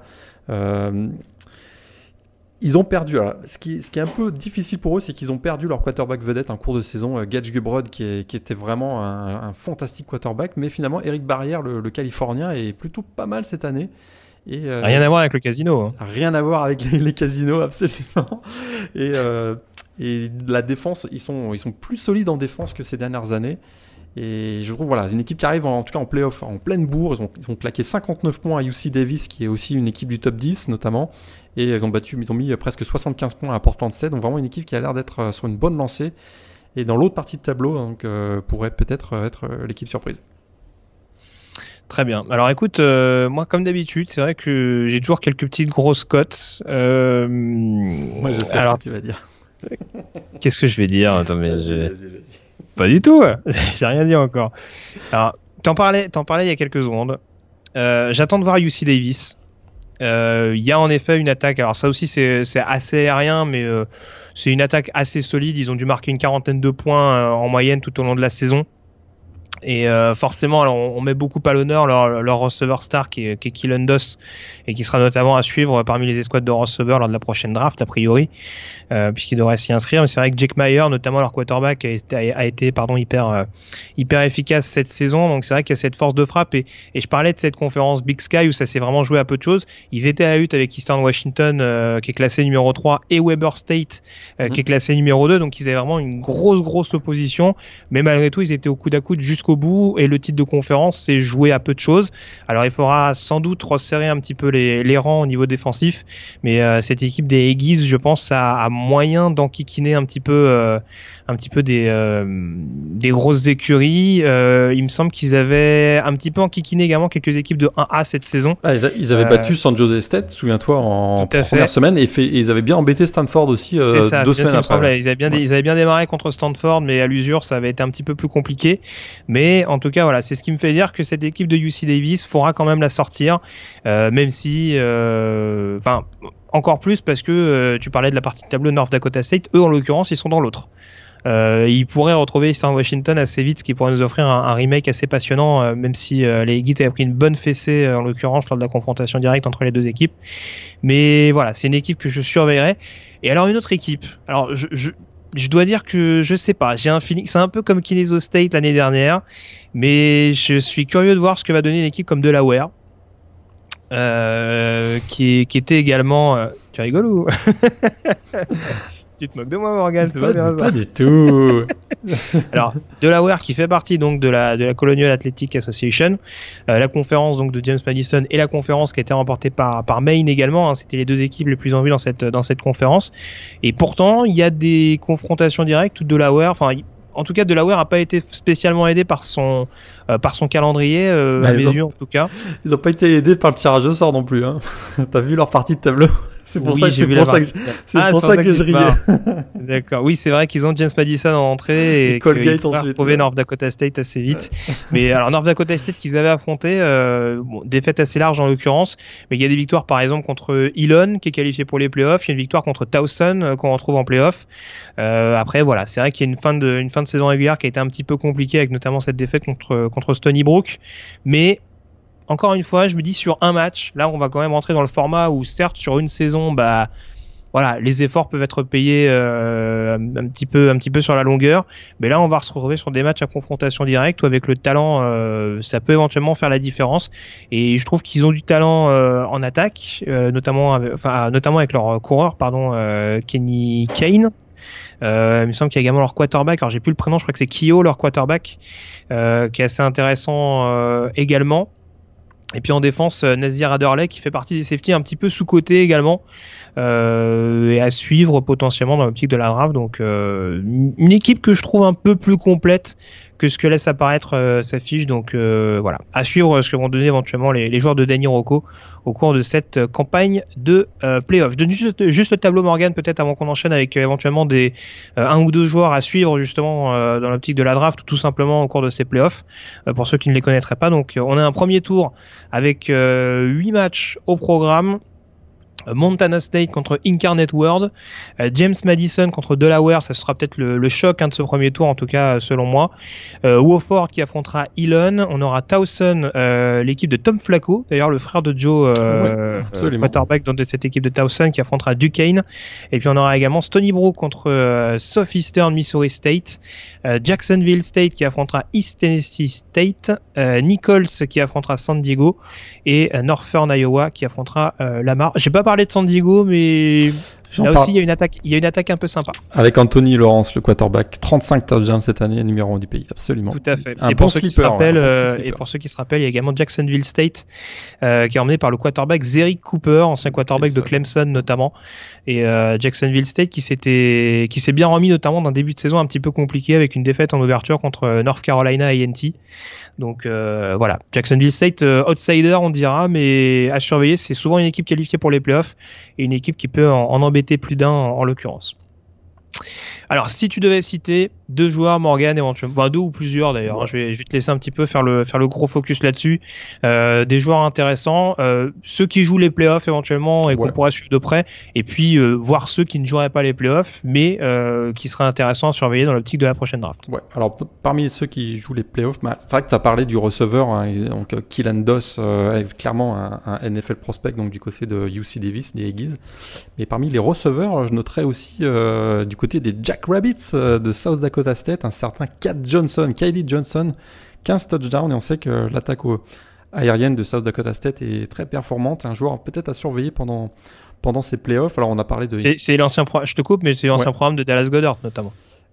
Ils ont perdu. Alors, ce qui est un peu difficile pour eux, c'est qu'ils ont perdu leur quarterback vedette en cours de saison, Gage Gubrod, qui était vraiment un fantastique quarterback. Mais finalement, Eric Barrière, le Californien, est plutôt pas mal cette année. Et, rien à voir avec le casino. Hein. Rien à voir avec les casinos, absolument. Et la défense, ils sont plus solides en défense que ces dernières années. Et je trouve, une équipe qui arrive en tout cas en play-off, en pleine bourre. Ils ont claqué 59 points à UC Davis, qui est aussi une équipe du top 10 notamment. Et ils ont mis presque 75 points à Portland State. Donc vraiment une équipe qui a l'air d'être sur une bonne lancée. Et dans l'autre partie de tableau, donc, pourrait peut-être être l'équipe surprise. Très bien. Alors écoute, moi comme d'habitude, c'est vrai que j'ai toujours quelques petites grosses cotes. Moi je sais ce que tu vas dire. Qu'est-ce que je vais dire? Attends, mais vas-y. Pas du tout, j'ai rien dit encore. Alors, t'en parlais il y a quelques secondes. J'attends de voir UC Davis. Il y a en effet une attaque. Alors ça aussi c'est assez aérien, mais c'est une attaque assez solide. Ils ont dû marquer une quarantaine de points en moyenne tout au long de la saison. Et forcément, alors on met beaucoup à l'honneur leur receveur star qui est Keelan Doss, et qui sera notamment à suivre parmi les escouades de receveurs lors de la prochaine draft a priori, puisqu'il devrait s'y inscrire. Mais c'est vrai que Jake Meyer, notamment leur quarterback, a été hyper efficace cette saison. Donc c'est vrai qu'il y a cette force de frappe, et je parlais de cette conférence Big Sky où ça s'est vraiment joué à peu de choses. Ils étaient à la lutte avec Eastern Washington qui est classé numéro 3 et Weber State qui est classé numéro 2. Donc ils avaient vraiment une grosse opposition, mais malgré tout ils étaient au coude à coude jusqu'au bout, et le titre de conférence s'est joué à peu de choses. Alors il faudra sans doute resserrer un petit peu les rangs au niveau défensif, mais cette équipe des Aggies, je pense, a moyen d'enquiquiner un petit peu des grosses écuries. Il me semble qu'ils avaient un petit peu enquiquiné également quelques équipes de 1A cette saison. Ils avaient battu San Jose State, souviens-toi, en première semaine, et ils avaient bien embêté Stanford aussi 2 semaines après. Ils avaient bien démarré contre Stanford, mais à l'usure ça avait été un petit peu plus compliqué. Mais en tout cas, voilà, c'est ce qui me fait dire que cette équipe de UC Davis faudra quand même la sortir, même si, encore plus parce que tu parlais de la partie de tableau North Dakota State. Eux, en l'occurrence, ils sont dans l'autre. Ils pourraient retrouver Eastern Washington assez vite, ce qui pourrait nous offrir un remake assez passionnant, même si les Aggies avaient pris une bonne fessée, en l'occurrence, lors de la confrontation directe entre les deux équipes. Mais voilà, c'est une équipe que je surveillerai. Et alors, une autre équipe. Alors, je dois dire que je sais pas, j'ai un feeling, c'est un peu comme Kennesaw State l'année dernière, mais je suis curieux de voir ce que va donner une équipe comme Delaware, qui était également... tu rigoles ou tu te moques de moi, Morgan? C'est pas du tout. Alors, Delaware qui fait partie donc de la Colonial Athletic Association, la conférence donc de James Madison, et la conférence qui a été remportée par Maine également, hein. C'était les deux équipes les plus en vue dans cette conférence. Et pourtant, il y a des confrontations directes où Delaware, en tout cas, Delaware n'a pas été spécialement aidé par son calendrier, à mes yeux en tout cas. Ils n'ont pas été aidés par le tirage au sort non plus. Hein. T'as vu leur partie de tableau? C'est pour ça que je riais. D'accord. Oui, c'est vrai qu'ils ont James Madison en entrée et Colgate qu'ils ont ensuite. retrouvé North Dakota State assez vite. Mais alors North Dakota State qu'ils avaient affronté, défaite assez large en l'occurrence. Mais il y a des victoires par exemple contre Elon qui est qualifié pour les playoffs. Il y a une victoire contre Towson qu'on retrouve en playoffs. Après voilà, c'est vrai qu'il y a une fin de saison régulière qui a été un petit peu compliquée avec notamment cette défaite contre Stony Brook. Mais encore une fois, je me dis sur un match, là on va quand même rentrer dans le format où certes sur une saison, voilà, les efforts peuvent être payés un petit peu sur la longueur, mais là on va se retrouver sur des matchs à confrontation directe où avec le talent, ça peut éventuellement faire la différence. Et je trouve qu'ils ont du talent en attaque, notamment avec leur coureur, Kenny Kane. Il me semble qu'il y a également leur quarterback. Alors j'ai plus le prénom, je crois que c'est Kyo, leur quarterback, qui est assez intéressant également. Et puis en défense, Nazir Adderley qui fait partie des safeties un petit peu sous-cotés également, et à suivre potentiellement dans l'optique de la draft. Donc une équipe que je trouve un peu plus complète que ce que laisse apparaître sa fiche. Donc voilà, à suivre ce que vont donner éventuellement les joueurs de Danny Rocco au cours de cette campagne de playoff. Je donne juste le tableau Morgan peut-être avant qu'on enchaîne avec éventuellement des un ou deux joueurs à suivre justement dans l'optique de la draft ou tout simplement au cours de ces playoffs pour ceux qui ne les connaîtraient pas. Donc on a un premier tour avec 8 matchs au programme. Montana State contre Incarnate Word, James Madison contre Delaware, ça sera peut-être le choc de ce premier tour en tout cas selon moi. Wofford qui affrontera Elon, on aura Towson, l'équipe de Tom Flacco, d'ailleurs le frère de Joe, quarterback de cette équipe de Towson qui affrontera Duquesne, et puis on aura également Stony Brook contre Southeastern Missouri State, Jacksonville State qui affrontera East Tennessee State, Nichols qui affrontera San Diego et Northern Iowa qui affrontera Lamar. J'ai pas parlé de San Diego, mais là aussi il y a une attaque un peu sympa. Avec Anthony Lawrence, le quarterback, 35 touchdowns cette année, numéro 1 du pays, absolument. Tout à fait. Et pour ceux qui se rappellent, il y a également Jacksonville State qui est emmené par le quarterback Zerick Cooper, ancien quarterback de Clemson notamment, et Jacksonville State qui s'est bien remis notamment d'un début de saison un petit peu compliqué avec une défaite en ouverture contre North Carolina A&T. Donc voilà, Jacksonville State outsider on dira, mais à surveiller, c'est souvent une équipe qualifiée pour les playoffs et une équipe qui peut en embêter plus d'un en l'occurrence. Alors si tu devais citer deux joueurs, Morgan, éventuellement, deux ou plusieurs d'ailleurs, ouais. Je vais te laisser un petit peu faire le gros focus là-dessus, des joueurs intéressants, ceux qui jouent les playoffs éventuellement et qu'on pourrait suivre de près, et puis voir ceux qui ne joueraient pas les playoffs mais qui seraient intéressants à surveiller dans l'optique de la prochaine draft. Ouais, alors parmi ceux qui jouent les playoffs, c'est vrai que tu as parlé du receveur, donc Keelan Doss est clairement un NFL prospect donc du côté de UC Davis, des Aggies, mais parmi les receveurs, je noterais aussi du côté des Jack Rabbits de South Dakota State, un certain Kylie Johnson, 15 touchdowns, et on sait que l'attaque aérienne de South Dakota State est très performante, un joueur peut-être à surveiller pendant ces playoffs. Alors on a parlé de... C'est l'ancien je te coupe, mais c'est l'ancien programme de Dallas Goedert notamment.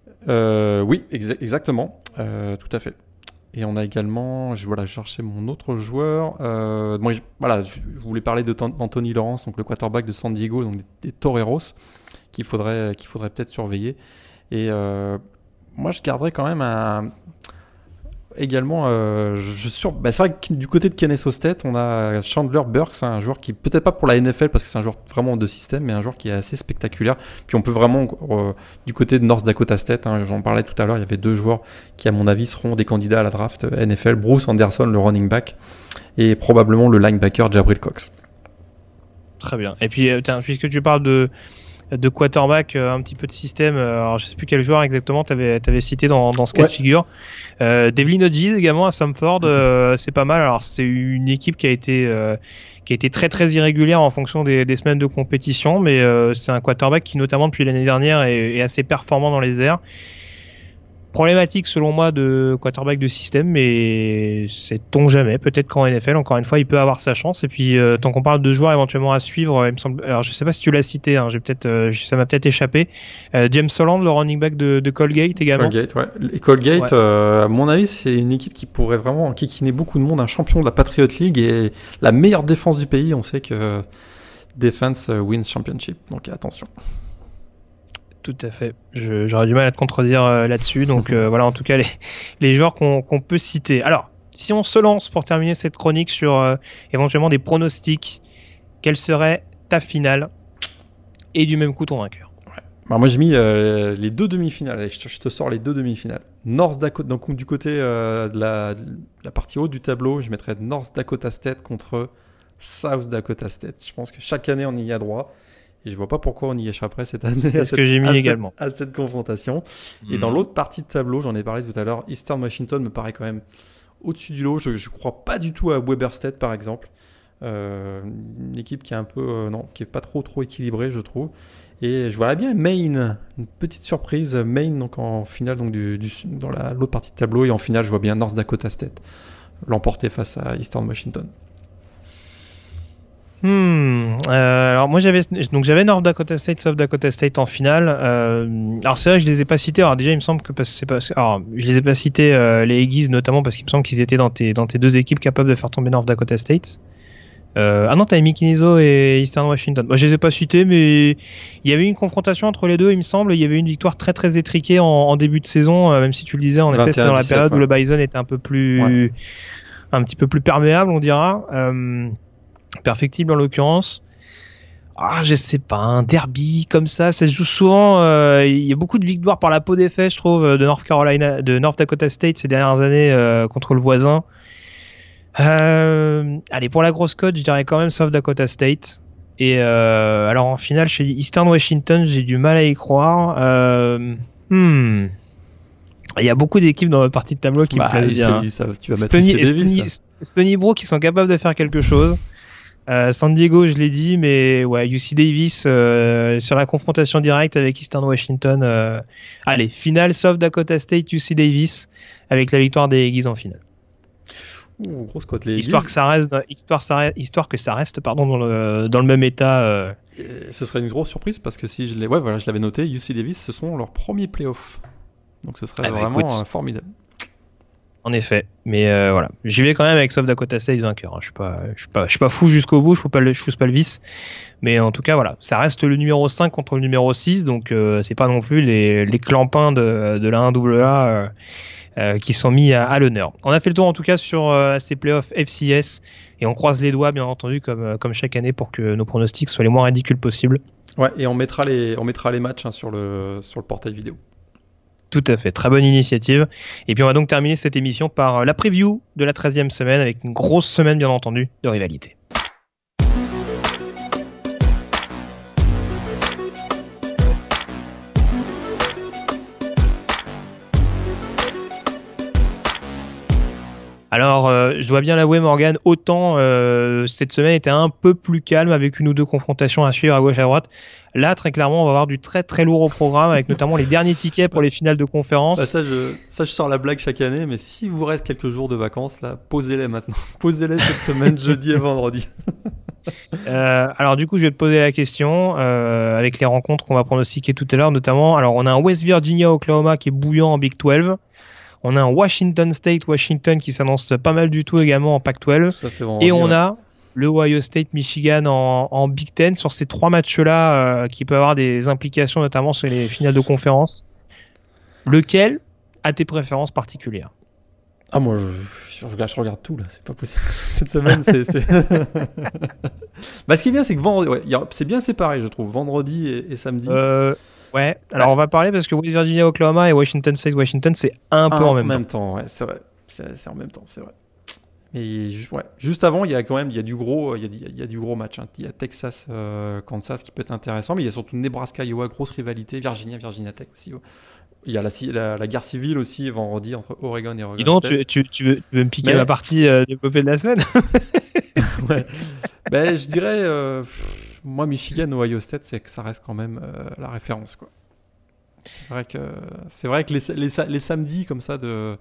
Oui, exactement, tout à fait. Et on a également, je cherchais mon autre joueur. Je voulais parler d'Anthony Lawrence, donc le quarterback de San Diego, donc des Toreros, qu'il faudrait peut-être surveiller. Et moi, je garderais quand même également. C'est vrai que du côté de Kennesaw State, on a Chandler Burks, un joueur qui peut-être pas pour la NFL parce que c'est un joueur vraiment de système, mais un joueur qui est assez spectaculaire. Puis on peut vraiment du côté de North Dakota State, j'en parlais tout à l'heure, il y avait deux joueurs qui à mon avis seront des candidats à la draft NFL, Bruce Anderson, le running back, et probablement le linebacker Jabril Cox. Très bien. Et puis puisque tu parles de quarterback, un petit peu de système, alors je sais plus quel joueur exactement t'avais cité dans ce cas de figure. Devlin Hodges également à Samford, c'est pas mal. Alors c'est une équipe qui a été très très irrégulière en fonction des semaines de compétition, mais c'est un quarterback qui notamment depuis l'année dernière est assez performant dans les airs. Problématique selon moi de quarterback de système, mais sait-on jamais, peut-être qu'en NFL encore une fois il peut avoir sa chance. Et puis tant qu'on parle de joueurs éventuellement à suivre, il me semble, alors je sais pas si tu l'as cité, ça m'a peut-être échappé, James Holland, le running back de Colgate également. Colgate, à mon avis c'est une équipe qui pourrait vraiment enquiquiner beaucoup de monde, un champion de la Patriot League et la meilleure défense du pays. On sait que Defense wins championship, donc attention. Tout à fait. J'aurais du mal à te contredire là-dessus. Donc voilà, en tout cas, les joueurs qu'on peut citer. Alors, si on se lance pour terminer cette chronique sur éventuellement des pronostics, quelle serait ta finale et du même coup ton vainqueur? Alors moi j'ai mis les 2 demi-finales. Allez, je te sors les 2 demi-finales. North Dakota, donc du côté de la partie haute du tableau, je mettrais North Dakota State contre South Dakota State. Je pense que chaque année on y a droit et je vois pas pourquoi on y échapperait cette année. C'est ce que j'ai mis également. À cette confrontation. Et dans l'autre partie de tableau, j'en ai parlé tout à l'heure, Eastern Washington me paraît quand même au-dessus du lot. Je crois pas du tout à Weber State par exemple. Une équipe qui est un peu qui est pas trop équilibrée je trouve. Et je verrais bien Maine, une petite surprise, Maine donc en finale donc dans l'autre partie de tableau, et en finale je vois bien North Dakota State l'emporter face à Eastern Washington. Alors moi j'avais North Dakota State, South Dakota State en finale. Alors c'est vrai que je les ai pas cités. Alors déjà il me semble que je les ai pas cités les Aggies notamment parce qu'il me semble qu'ils étaient dans tes 2 équipes capables de faire tomber North Dakota State. Non, t'avais mis Kinizo et Eastern Washington. Moi, je les ai pas cités, mais il y avait eu une confrontation entre les deux, il me semble. Il y avait eu une victoire très très étriquée en début de saison, même si tu le disais, en effet, c'est dans la période où le Bison était un petit peu plus perméable, on dira. Perfectible en l'occurrence. Je sais pas, un derby comme ça se joue souvent. Il y a beaucoup de victoires par la peau des fesses, je trouve, de North Dakota State ces dernières années contre le voisin. Allez, pour la grosse cote, je dirais quand même South Dakota State. Et alors en finale, chez Eastern Washington, j'ai du mal à y croire. Il y a beaucoup d'équipes dans notre partie de tableau qui me plaisent bien. Tu vas mettre Stony Brook qui sont capables de faire quelque chose. San Diego, je l'ai dit, mais ouais, UC Davis sur la confrontation directe avec Eastern Washington. Allez, finale South Dakota State, UC Davis avec la victoire des Aggies en finale. Grosse cote, les histoire que ça reste dans le même état. Ce serait une grosse surprise parce que si je l'avais noté, UC Davis, ce sont leurs premiers playoffs. Donc ce serait vraiment formidable. En effet, mais voilà, j'y vais quand même avec South Dakota State vainqueur. Je suis pas fou jusqu'au bout, je pousse pas le vice, mais en tout cas voilà, ça reste le numéro 5 contre le numéro 6, donc c'est pas non plus les clampins de la 1AA qui sont mis à l'honneur. On a fait le tour en tout cas sur ces playoffs FCS et on croise les doigts bien entendu comme chaque année pour que nos pronostics soient les moins ridicules possibles. Ouais, et on mettra les matchs sur le portail vidéo. Tout à fait, très bonne initiative. Et puis on va donc terminer cette émission par la preview de la 13e semaine avec une grosse semaine bien entendu de rivalité. Alors, je dois bien l'avouer, Morgan, autant cette semaine était un peu plus calme avec une ou deux confrontations à suivre à gauche à droite. Là, très clairement, on va avoir du très très lourd au programme avec notamment les derniers tickets pour les finales de conférence. Bah ça, je sors la blague chaque année, mais si vous reste quelques jours de vacances, là, posez-les maintenant. Posez-les cette semaine, jeudi et vendredi. Alors du coup, je vais te poser la question avec les rencontres qu'on va pronostiquer tout à l'heure, notamment. Alors, on a un West Virginia-Oklahoma qui est bouillant en Big 12. On a un Washington State-Washington qui s'annonce pas mal du tout également en Pac-12. Ça, et on a le Ohio State-Michigan en Big 10. Sur ces trois matchs-là qui peuvent avoir des implications notamment sur les finales de conférence. Lequel a tes préférences particulières ? Ah, moi, je regarde tout, là. C'est pas possible. Cette semaine, c'est... Bah, ce qui est bien, c'est que vendredi... Ouais, c'est bien séparé, je trouve. Vendredi et samedi. Ouais, alors on va parler parce que West Virginia, Oklahoma et Washington State, Washington, c'est un peu en même temps. Ouais, c'est vrai. C'est en même temps, c'est vrai. Mais ouais, juste avant, il y a du gros match. Hein. Il y a Texas, Kansas qui peut être intéressant, mais il y a surtout Nebraska, Iowa, grosse rivalité, Virginia Tech aussi. Il y a la guerre civile aussi vendredi entre Oregon et Oregon. Dis donc, tu veux me piquer ma partie développée de la semaine? Ouais. Ben, je dirais, moi, Michigan, Ohio State, c'est que ça reste quand même la référence, quoi. C'est vrai que les samedis comme ça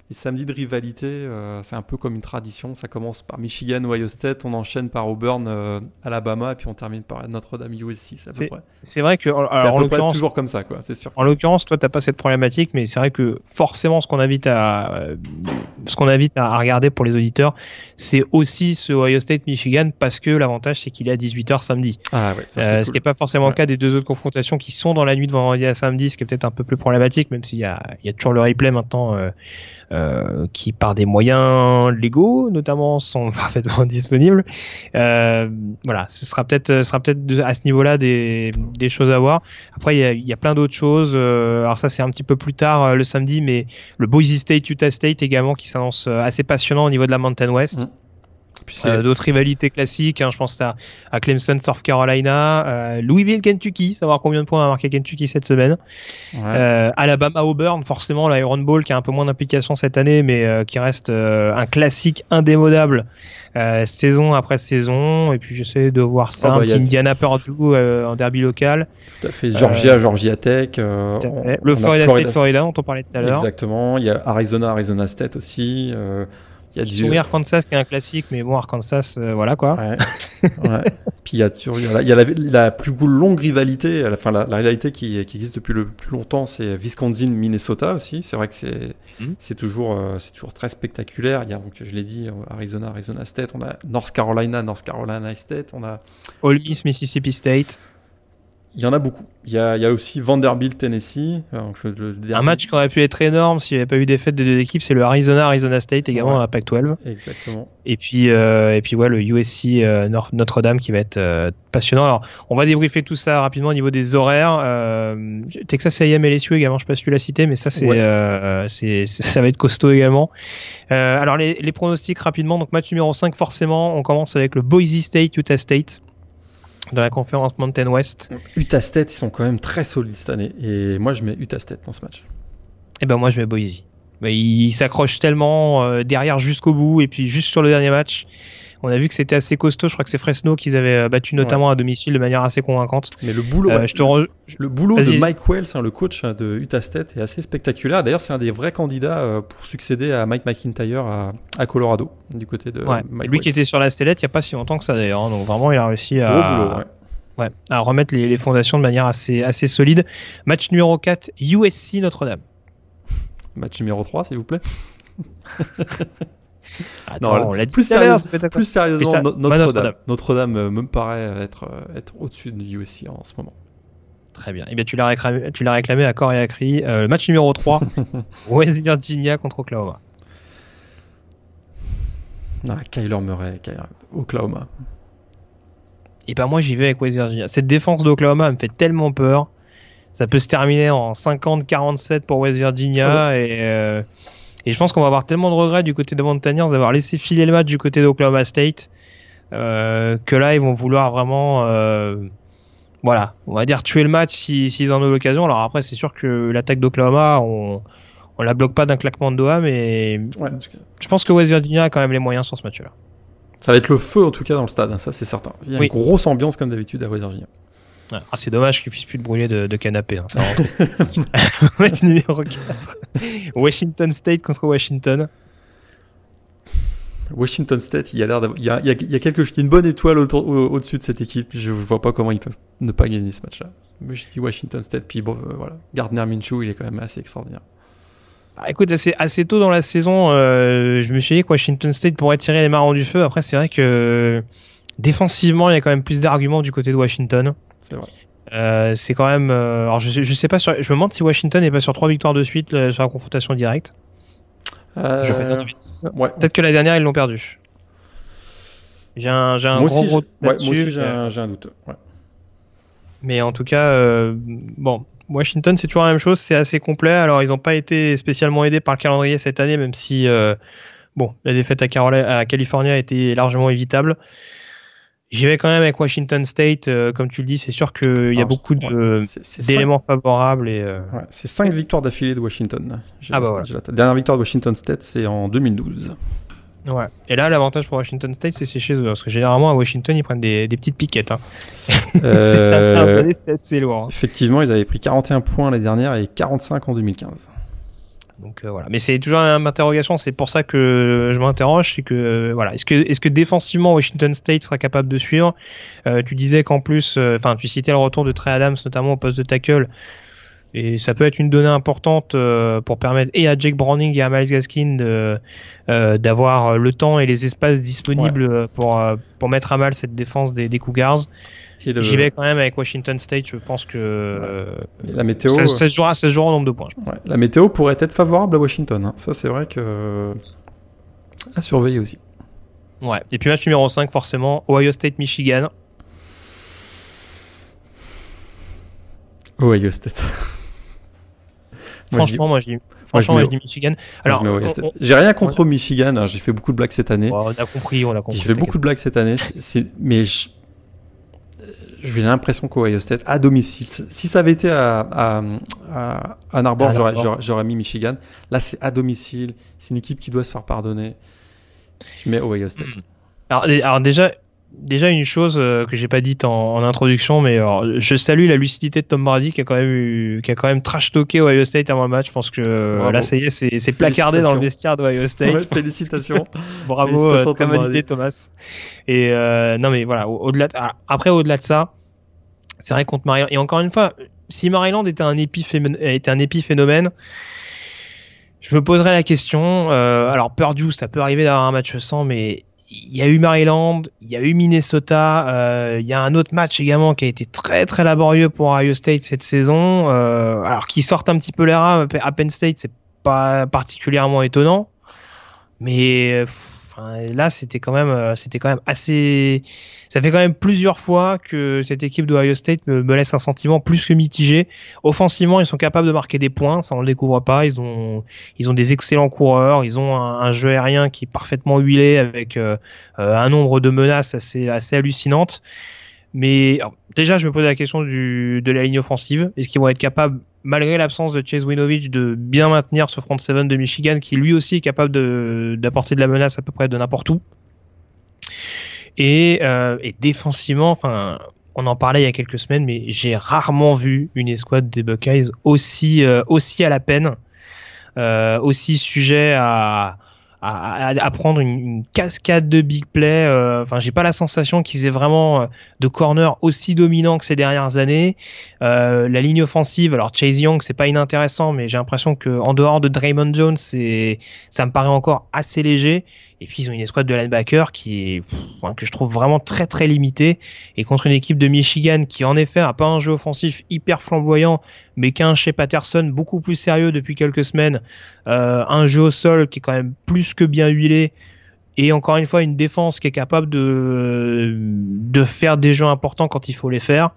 Les samedis de rivalité, c'est un peu comme une tradition. Ça commence par Michigan, Ohio State, on enchaîne par Auburn, Alabama, et puis on termine par Notre-Dame USC. C'est vrai que, alors, en l'occurrence, toujours comme ça, quoi. C'est sûr. En l'occurrence, toi, t'as pas cette problématique, mais c'est vrai que forcément, ce qu'on invite à regarder pour les auditeurs, c'est aussi ce Ohio State Michigan, parce que l'avantage, c'est qu'il est à 18h samedi. Ah ouais. Ça, ce qui est pas forcément le cas des deux autres confrontations qui sont dans la nuit de vendredi à samedi, ce qui est peut-être un peu plus problématique, même s'il y a toujours le replay maintenant. Qui par des moyens légaux notamment sont parfaitement disponibles. Voilà, ce sera peut-être à ce niveau-là des choses à voir. Après il y a plein d'autres choses. Alors ça c'est un petit peu plus tard le samedi, mais le Boise State Utah State également qui s'annonce assez passionnant au niveau de la Mountain West. D'autres rivalités classiques, je pense à Clemson, South Carolina, Louisville, Kentucky, savoir combien de points a marqué Kentucky cette semaine. Alabama, Auburn, forcément l'Iron Bowl qui a un peu moins d'implication cette année, mais qui reste un classique indémodable saison après saison. Et puis j'essaie de voir ça, un petit Indiana Purdue en derby local. Tout à fait, Georgia Tech. Le Florida State, Florida, dont on parlait tout à l'heure. Exactement, il y a Arizona State aussi. Il y a du Arkansas qui est un classique, mais bon, Arkansas, voilà quoi. Puis il y a la plus longue rivalité, la rivalité qui existe depuis le plus longtemps, c'est Wisconsin-Minnesota aussi. C'est vrai que c'est toujours très spectaculaire. Il y a, donc, je l'ai dit, Arizona State, on a North Carolina State, on a Ole Miss, Mississippi State. Il y en a beaucoup. Il y a aussi Vanderbilt, Tennessee. Un match qui aurait pu être énorme s'il n'y avait pas eu des défaite des deux équipes, c'est le Arizona State également dans la Pac-12. Exactement. Et puis le USC Notre-Dame qui va être passionnant. Alors, on va débriefer tout ça rapidement au niveau des horaires. Texas A&M et LSU également, je ne sais pas si tu l'as cité, mais ça ça va être costaud également. Alors les pronostics rapidement. Donc match numéro 5 forcément, on commence avec le Boise State Utah State. Dans la conférence Mountain West. Utah State, ils sont quand même très solides cette année. Et moi, je mets Utah State dans ce match. Et ben moi, je mets Boise. Ils s'accrochent tellement derrière jusqu'au bout. Et puis, juste sur le dernier match, on a vu que c'était assez costaud. Je crois que c'est Fresno qu'ils avaient battu notamment à domicile de manière assez convaincante. Mais le boulot, le boulot de Mike Wells, le coach de Utah State, est assez spectaculaire. D'ailleurs, c'est un des vrais candidats pour succéder à Mike McIntyre à Colorado, du côté de Mike lui Wells. Qui était sur la sellette il n'y a pas si longtemps que ça d'ailleurs. Donc vraiment, il a réussi à remettre les fondations de manière assez solide. Match numéro 4, USC Notre-Dame. Match numéro 3, s'il vous plaît. Attends, non, on l'a dit plus sérieusement, Notre-Dame me paraît être au-dessus de USC en ce moment. Très bien. Et bien tu l'as réclamé à corps et à cri. Match numéro 3, West Virginia contre Oklahoma. Kyler Murray, Oklahoma. Et ben moi j'y vais avec West Virginia. Cette défense d'Oklahoma me fait tellement peur. Ça peut se terminer en 50-47 pour West Virginia et je pense qu'on va avoir tellement de regrets du côté des Mountaineers d'avoir laissé filer le match du côté d'Oklahoma State que là ils vont vouloir vraiment on va dire tuer le match s'ils en ont l'occasion. Alors après c'est sûr que l'attaque d'Oklahoma on la bloque pas d'un claquement de doigts, mais je pense que West Virginia a quand même les moyens sur ce match-là. Ça va être le feu en tout cas dans le stade, ça c'est certain. Il y a une grosse ambiance comme d'habitude à West Virginia. C'est dommage qu'il puisse plus de brûler de canapé. Match numéro 4. Washington State contre Washington. Washington State, il y a l'air il y a une bonne étoile au-dessus de cette équipe. Je vois pas comment ils peuvent ne pas gagner ce match-là. Mais je dis Washington State, puis Gardner Minshew, il est quand même assez extraordinaire. Écoute, assez tôt dans la saison, je me suis dit que Washington State pourrait tirer les marrons du feu. Après, c'est vrai que défensivement, il y a quand même plus d'arguments du côté de Washington. C'est vrai. C'est quand même. Alors, je sais pas. Je me demande si Washington n'est pas sur 3 victoires de suite sur la confrontation directe. Je vais pas dire de bêtises. Peut-être que la dernière, ils l'ont perdu. J'ai un gros doute là-dessus. Moi aussi, j'ai un doute. Ouais. Mais en tout cas, Washington, c'est toujours la même chose. C'est assez complet. Alors, ils n'ont pas été spécialement aidés par le calendrier cette année, même si la défaite à Californie a été largement évitable. J'y vais quand même avec Washington State. Comme tu le dis, c'est sûr qu'il y a beaucoup d'éléments favorables. C'est 5 victoires d'affilée de Washington. Voilà. La dernière victoire de Washington State, c'est en 2012. Ouais. Et là, l'avantage pour Washington State, c'est chez eux. Parce que généralement, à Washington, ils prennent des petites piquettes. C'est assez lourd. Effectivement, ils avaient pris 41 points l'année dernière et 45 en 2015. Donc voilà. Mais c'est toujours une interrogation. C'est pour ça que je m'interroge. C'est que voilà, est-ce que défensivement Washington State sera capable de suivre? Tu disais qu'en plus, tu citais le retour de Trey Adams notamment au poste de tackle. Et ça peut être une donnée importante pour permettre et à Jake Browning et à Myles Gaskin d'avoir le temps et les espaces disponibles pour mettre à mal cette défense des Cougars. J'y vais quand même avec Washington State. Je pense que la météo, ça se jouera au nombre de points. La météo pourrait être favorable à Washington. Hein. Ça, c'est vrai que à surveiller aussi. Ouais. Et puis match numéro 5, forcément, Ohio State-Michigan. Ohio State. Moi je dis Michigan. Alors, j'ai rien contre Michigan. Hein. J'ai fait beaucoup de blagues cette année. On a compris. J'ai fait beaucoup de blagues cette année. Mais j'ai l'impression qu'Ohio State à domicile. Si ça avait été à Ann Arbor, j'aurais mis Michigan. Là, c'est à domicile. C'est une équipe qui doit se faire pardonner. Je mets Ohio State. Alors déjà une chose que j'ai pas dite en introduction, mais alors, je salue la lucidité de Tom Brady qui a quand même trash talké Ohio State avant le match. Je pense que là ça y est, c'est placardé dans le vestiaire d'Ohio State. Ouais, félicitations. Bravo, très bonne idée Thomas. Et non mais voilà, au-delà de ça, c'est vrai contre Maryland. Et encore une fois, si Maryland était un épiphénomène, je me poserais la question. Alors Purdue, ça peut arriver d'avoir un match sans, mais il y a eu Maryland, il y a eu Minnesota, il y a un autre match également qui a été très très laborieux pour Ohio State cette saison. Alors qu'ils sortent un petit peu les rats à Penn State, c'est pas particulièrement étonnant, mais là c'était quand même assez. Ça fait quand même plusieurs fois que cette équipe d'Ohio State me laisse un sentiment plus que mitigé. Offensivement, ils sont capables de marquer des points, ça on le découvre pas. Ils ont des excellents coureurs, ils ont un jeu aérien qui est parfaitement huilé avec un nombre de menaces assez hallucinantes. Mais alors, déjà, je me pose la question de la ligne offensive. Est-ce qu'ils vont être capables, malgré l'absence de Chase Winovich, de bien maintenir ce front seven de Michigan qui lui aussi est capable d'apporter de la menace à peu près de n'importe où? Et défensivement, on en parlait il y a quelques semaines, mais j'ai rarement vu une escouade des Buckeyes aussi à la peine, aussi sujet à prendre une cascade de big play. J'ai pas la sensation qu'ils aient vraiment de corner aussi dominant que ces dernières années. La ligne offensive, alors Chase Young, c'est pas inintéressant, mais j'ai l'impression que en dehors de Draymond Jones, ça me paraît encore assez léger. Et puis ils ont une escouade de linebackers que je trouve vraiment très très limitée. Et contre une équipe de Michigan qui en effet a pas un jeu offensif hyper flamboyant, mais qui a un Shea Patterson beaucoup plus sérieux depuis quelques semaines, un jeu au sol qui est quand même plus que bien huilé, et encore une fois une défense qui est capable de faire des jeux importants quand il faut les faire.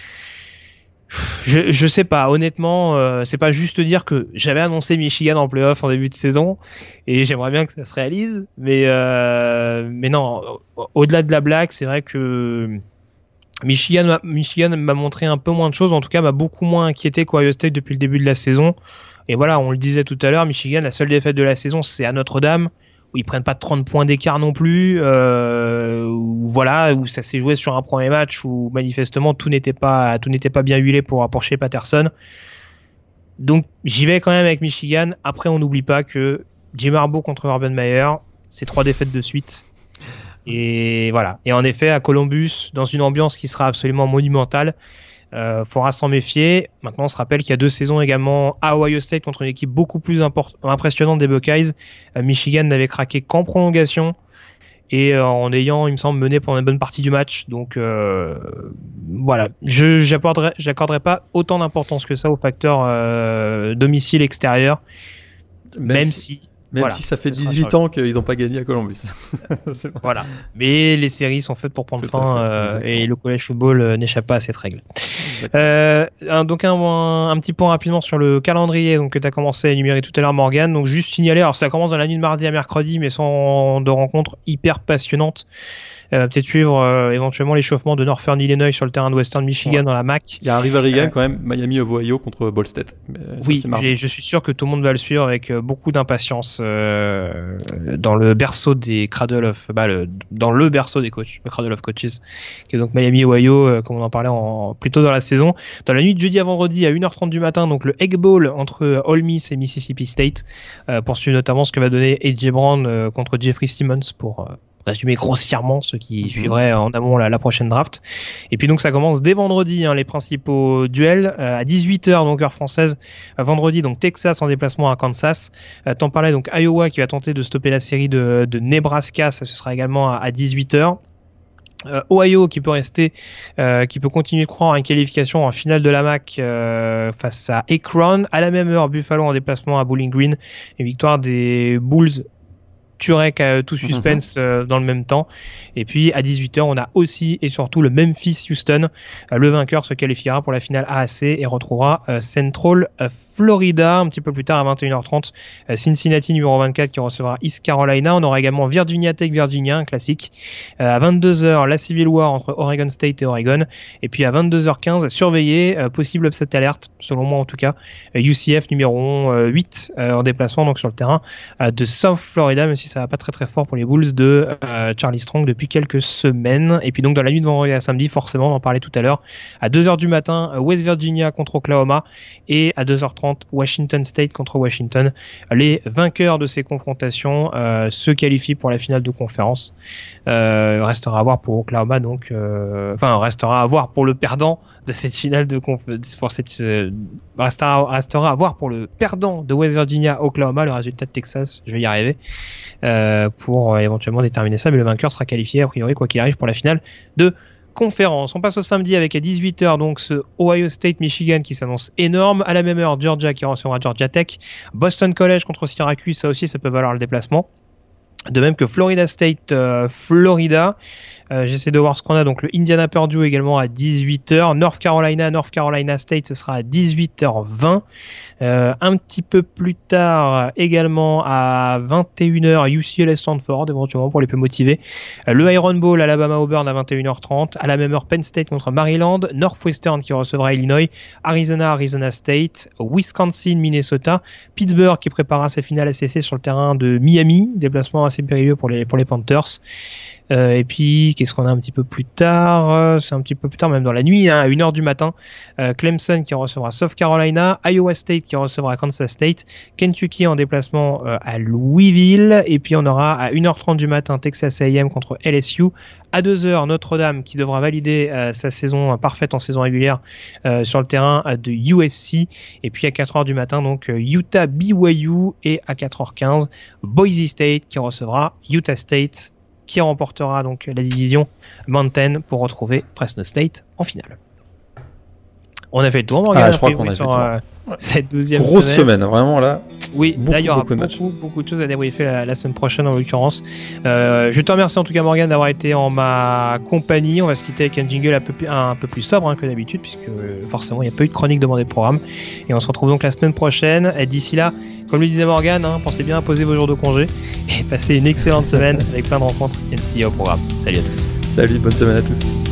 Je sais pas, honnêtement, c'est pas juste dire que j'avais annoncé Michigan en playoff en début de saison et j'aimerais bien que ça se réalise, mais non, au-delà de la blague, c'est vrai que Michigan m'a montré un peu moins de choses, en tout cas m'a beaucoup moins inquiété qu'Ohio State depuis le début de la saison. Et voilà, on le disait tout à l'heure, Michigan, la seule défaite de la saison, c'est à Notre-Dame, où ils prennent pas 30 points d'écart non plus, où ça s'est joué sur un premier match où manifestement tout n'était pas bien huilé pour Shea Patterson. Donc j'y vais quand même avec Michigan. Après, on n'oublie pas que Jim Harbaugh contre Urban Meyer, c'est 3 défaites de suite. Et voilà. Et en effet, à Columbus, dans une ambiance qui sera absolument monumentale, faudra s'en méfier. Maintenant, on se rappelle qu'il y a 2 saisons également à Ohio State contre une équipe beaucoup plus impressionnante des Buckeyes. Michigan n'avait craqué qu'en prolongation et en ayant, il me semble, mené pendant une bonne partie du match. Donc voilà, j'accorderai pas autant d'importance que ça au facteur domicile extérieur, même si ça fait 18 ans qu'ils n'ont pas gagné à Columbus. Voilà. Mais les séries sont faites pour prendre fin et le college football n'échappe pas à cette règle. Donc un petit point rapidement sur le calendrier que tu as commencé à énumérer tout à l'heure, Morgane. Donc juste signaler, alors ça commence dans la nuit de mardi à mercredi, mais sans de rencontres hyper passionnantes. Peut-être suivre éventuellement l'échauffement de Northern Illinois sur le terrain de Western Michigan dans la MAC. Il y a un rivalry game quand même, Miami of Ohio contre Ball State. Oui, je suis sûr que tout le monde va le suivre avec beaucoup d'impatience dans le berceau des dans le berceau des coachs, le Cradle of Coaches, qui est donc Miami Ohio, comme on en parlait plus tôt dans la saison. Dans la nuit de jeudi à vendredi à 1h30 du matin, donc le Egg Bowl entre Ole Miss et Mississippi State, pour suivre notamment ce que va donner A.J. Brown contre Jeffrey Simmons pour résumer grossièrement ceux qui suivraient en amont la prochaine draft. Et puis donc ça commence dès vendredi, les principaux duels à 18h donc heure française. Vendredi donc Texas en déplacement à Kansas. T'en parlais donc Iowa qui va tenter de stopper la série de Nebraska, ça ce sera également à 18h. Ohio qui peut rester, qui peut continuer de croire en une qualification en finale de la MAC face à Akron. À la même heure, Buffalo en déplacement à Bowling Green. Une victoire des Bulls tuerait tout suspense dans le même temps. Et puis à 18h, on a aussi et surtout le Memphis Houston. Le vainqueur se qualifiera pour la finale AAC et retrouvera Central Florida. Un petit peu plus tard à 21h30, Cincinnati numéro 24 qui recevra East Carolina. On aura également Virginia Tech Virginia, un classique. À 22h, la Civil War entre Oregon State et Oregon. Et puis à 22h15, surveillé, possible upset alert, selon moi en tout cas, UCF numéro 8 en déplacement donc sur le terrain de South Florida, même si ça va pas très très fort pour les Bulls de Charlie Strong depuis quelques semaines. Et puis donc dans la nuit de vendredi à samedi, forcément on en parlait tout à l'heure, à 2h du matin, West Virginia contre Oklahoma, et à 2h30 Washington State contre Washington. Les vainqueurs de ces confrontations se qualifient pour la finale de conférence. Restera à voir pour Oklahoma donc restera à voir pour le perdant de cette finale de restera à voir pour le perdant de West Virginia Oklahoma, le résultat de Texas, je vais y arriver, pour éventuellement déterminer ça, mais le vainqueur sera qualifié a priori quoi qu'il arrive pour la finale de conférence. On passe au samedi avec à 18h donc ce Ohio State Michigan qui s'annonce énorme. À la même heure, Georgia qui recevra Georgia Tech, Boston College contre Syracuse, ça aussi ça peut valoir le déplacement. De même que Florida State Florida. J'essaie de voir ce qu'on a. Donc le Indiana Purdue également à 18h. North Carolina State, ce sera à 18h20. Un petit peu plus tard également à 21h UCLA Stanford éventuellement pour les peu motivés. Le Iron Bowl Alabama Auburn à 21h30. À la même heure Penn State contre Maryland. Northwestern qui recevra Illinois. Arizona State. Wisconsin Minnesota. Pittsburgh qui préparera sa finale ACC sur le terrain de Miami. Déplacement assez périlleux pour les Panthers. Et puis, qu'est-ce qu'on a un petit peu plus tard? C'est un petit peu plus tard, même dans la nuit, à 1h du matin. Clemson qui recevra South Carolina, Iowa State qui recevra Kansas State, Kentucky en déplacement à Louisville. Et puis, on aura à 1h30 du matin Texas A&M contre LSU. À 2h, Notre-Dame qui devra valider sa saison parfaite en saison régulière sur le terrain de USC. Et puis, à 4h du matin, donc Utah BYU. Et à 4h15, Boise State qui recevra Utah State, qui remportera donc la division Mountain pour retrouver Fresno State en finale. On a fait le tour, Morgan. Je crois qu'on a fait le tour. Cette 12e grosse semaine, vraiment là. Oui, là il y aura beaucoup de choses à débriefer la semaine prochaine en l'occurrence. Je te remercie en tout cas Morgan d'avoir été en ma compagnie. On va se quitter avec un jingle un peu plus sobre que d'habitude puisque forcément il n'y a pas eu de chronique demandée de programme. Et on se retrouve donc la semaine prochaine. Et d'ici là, comme le disait Morgan, pensez bien à poser vos jours de congé et passez une excellente semaine avec plein de rencontres NCAA au programme. Salut à tous. Salut, bonne semaine à tous.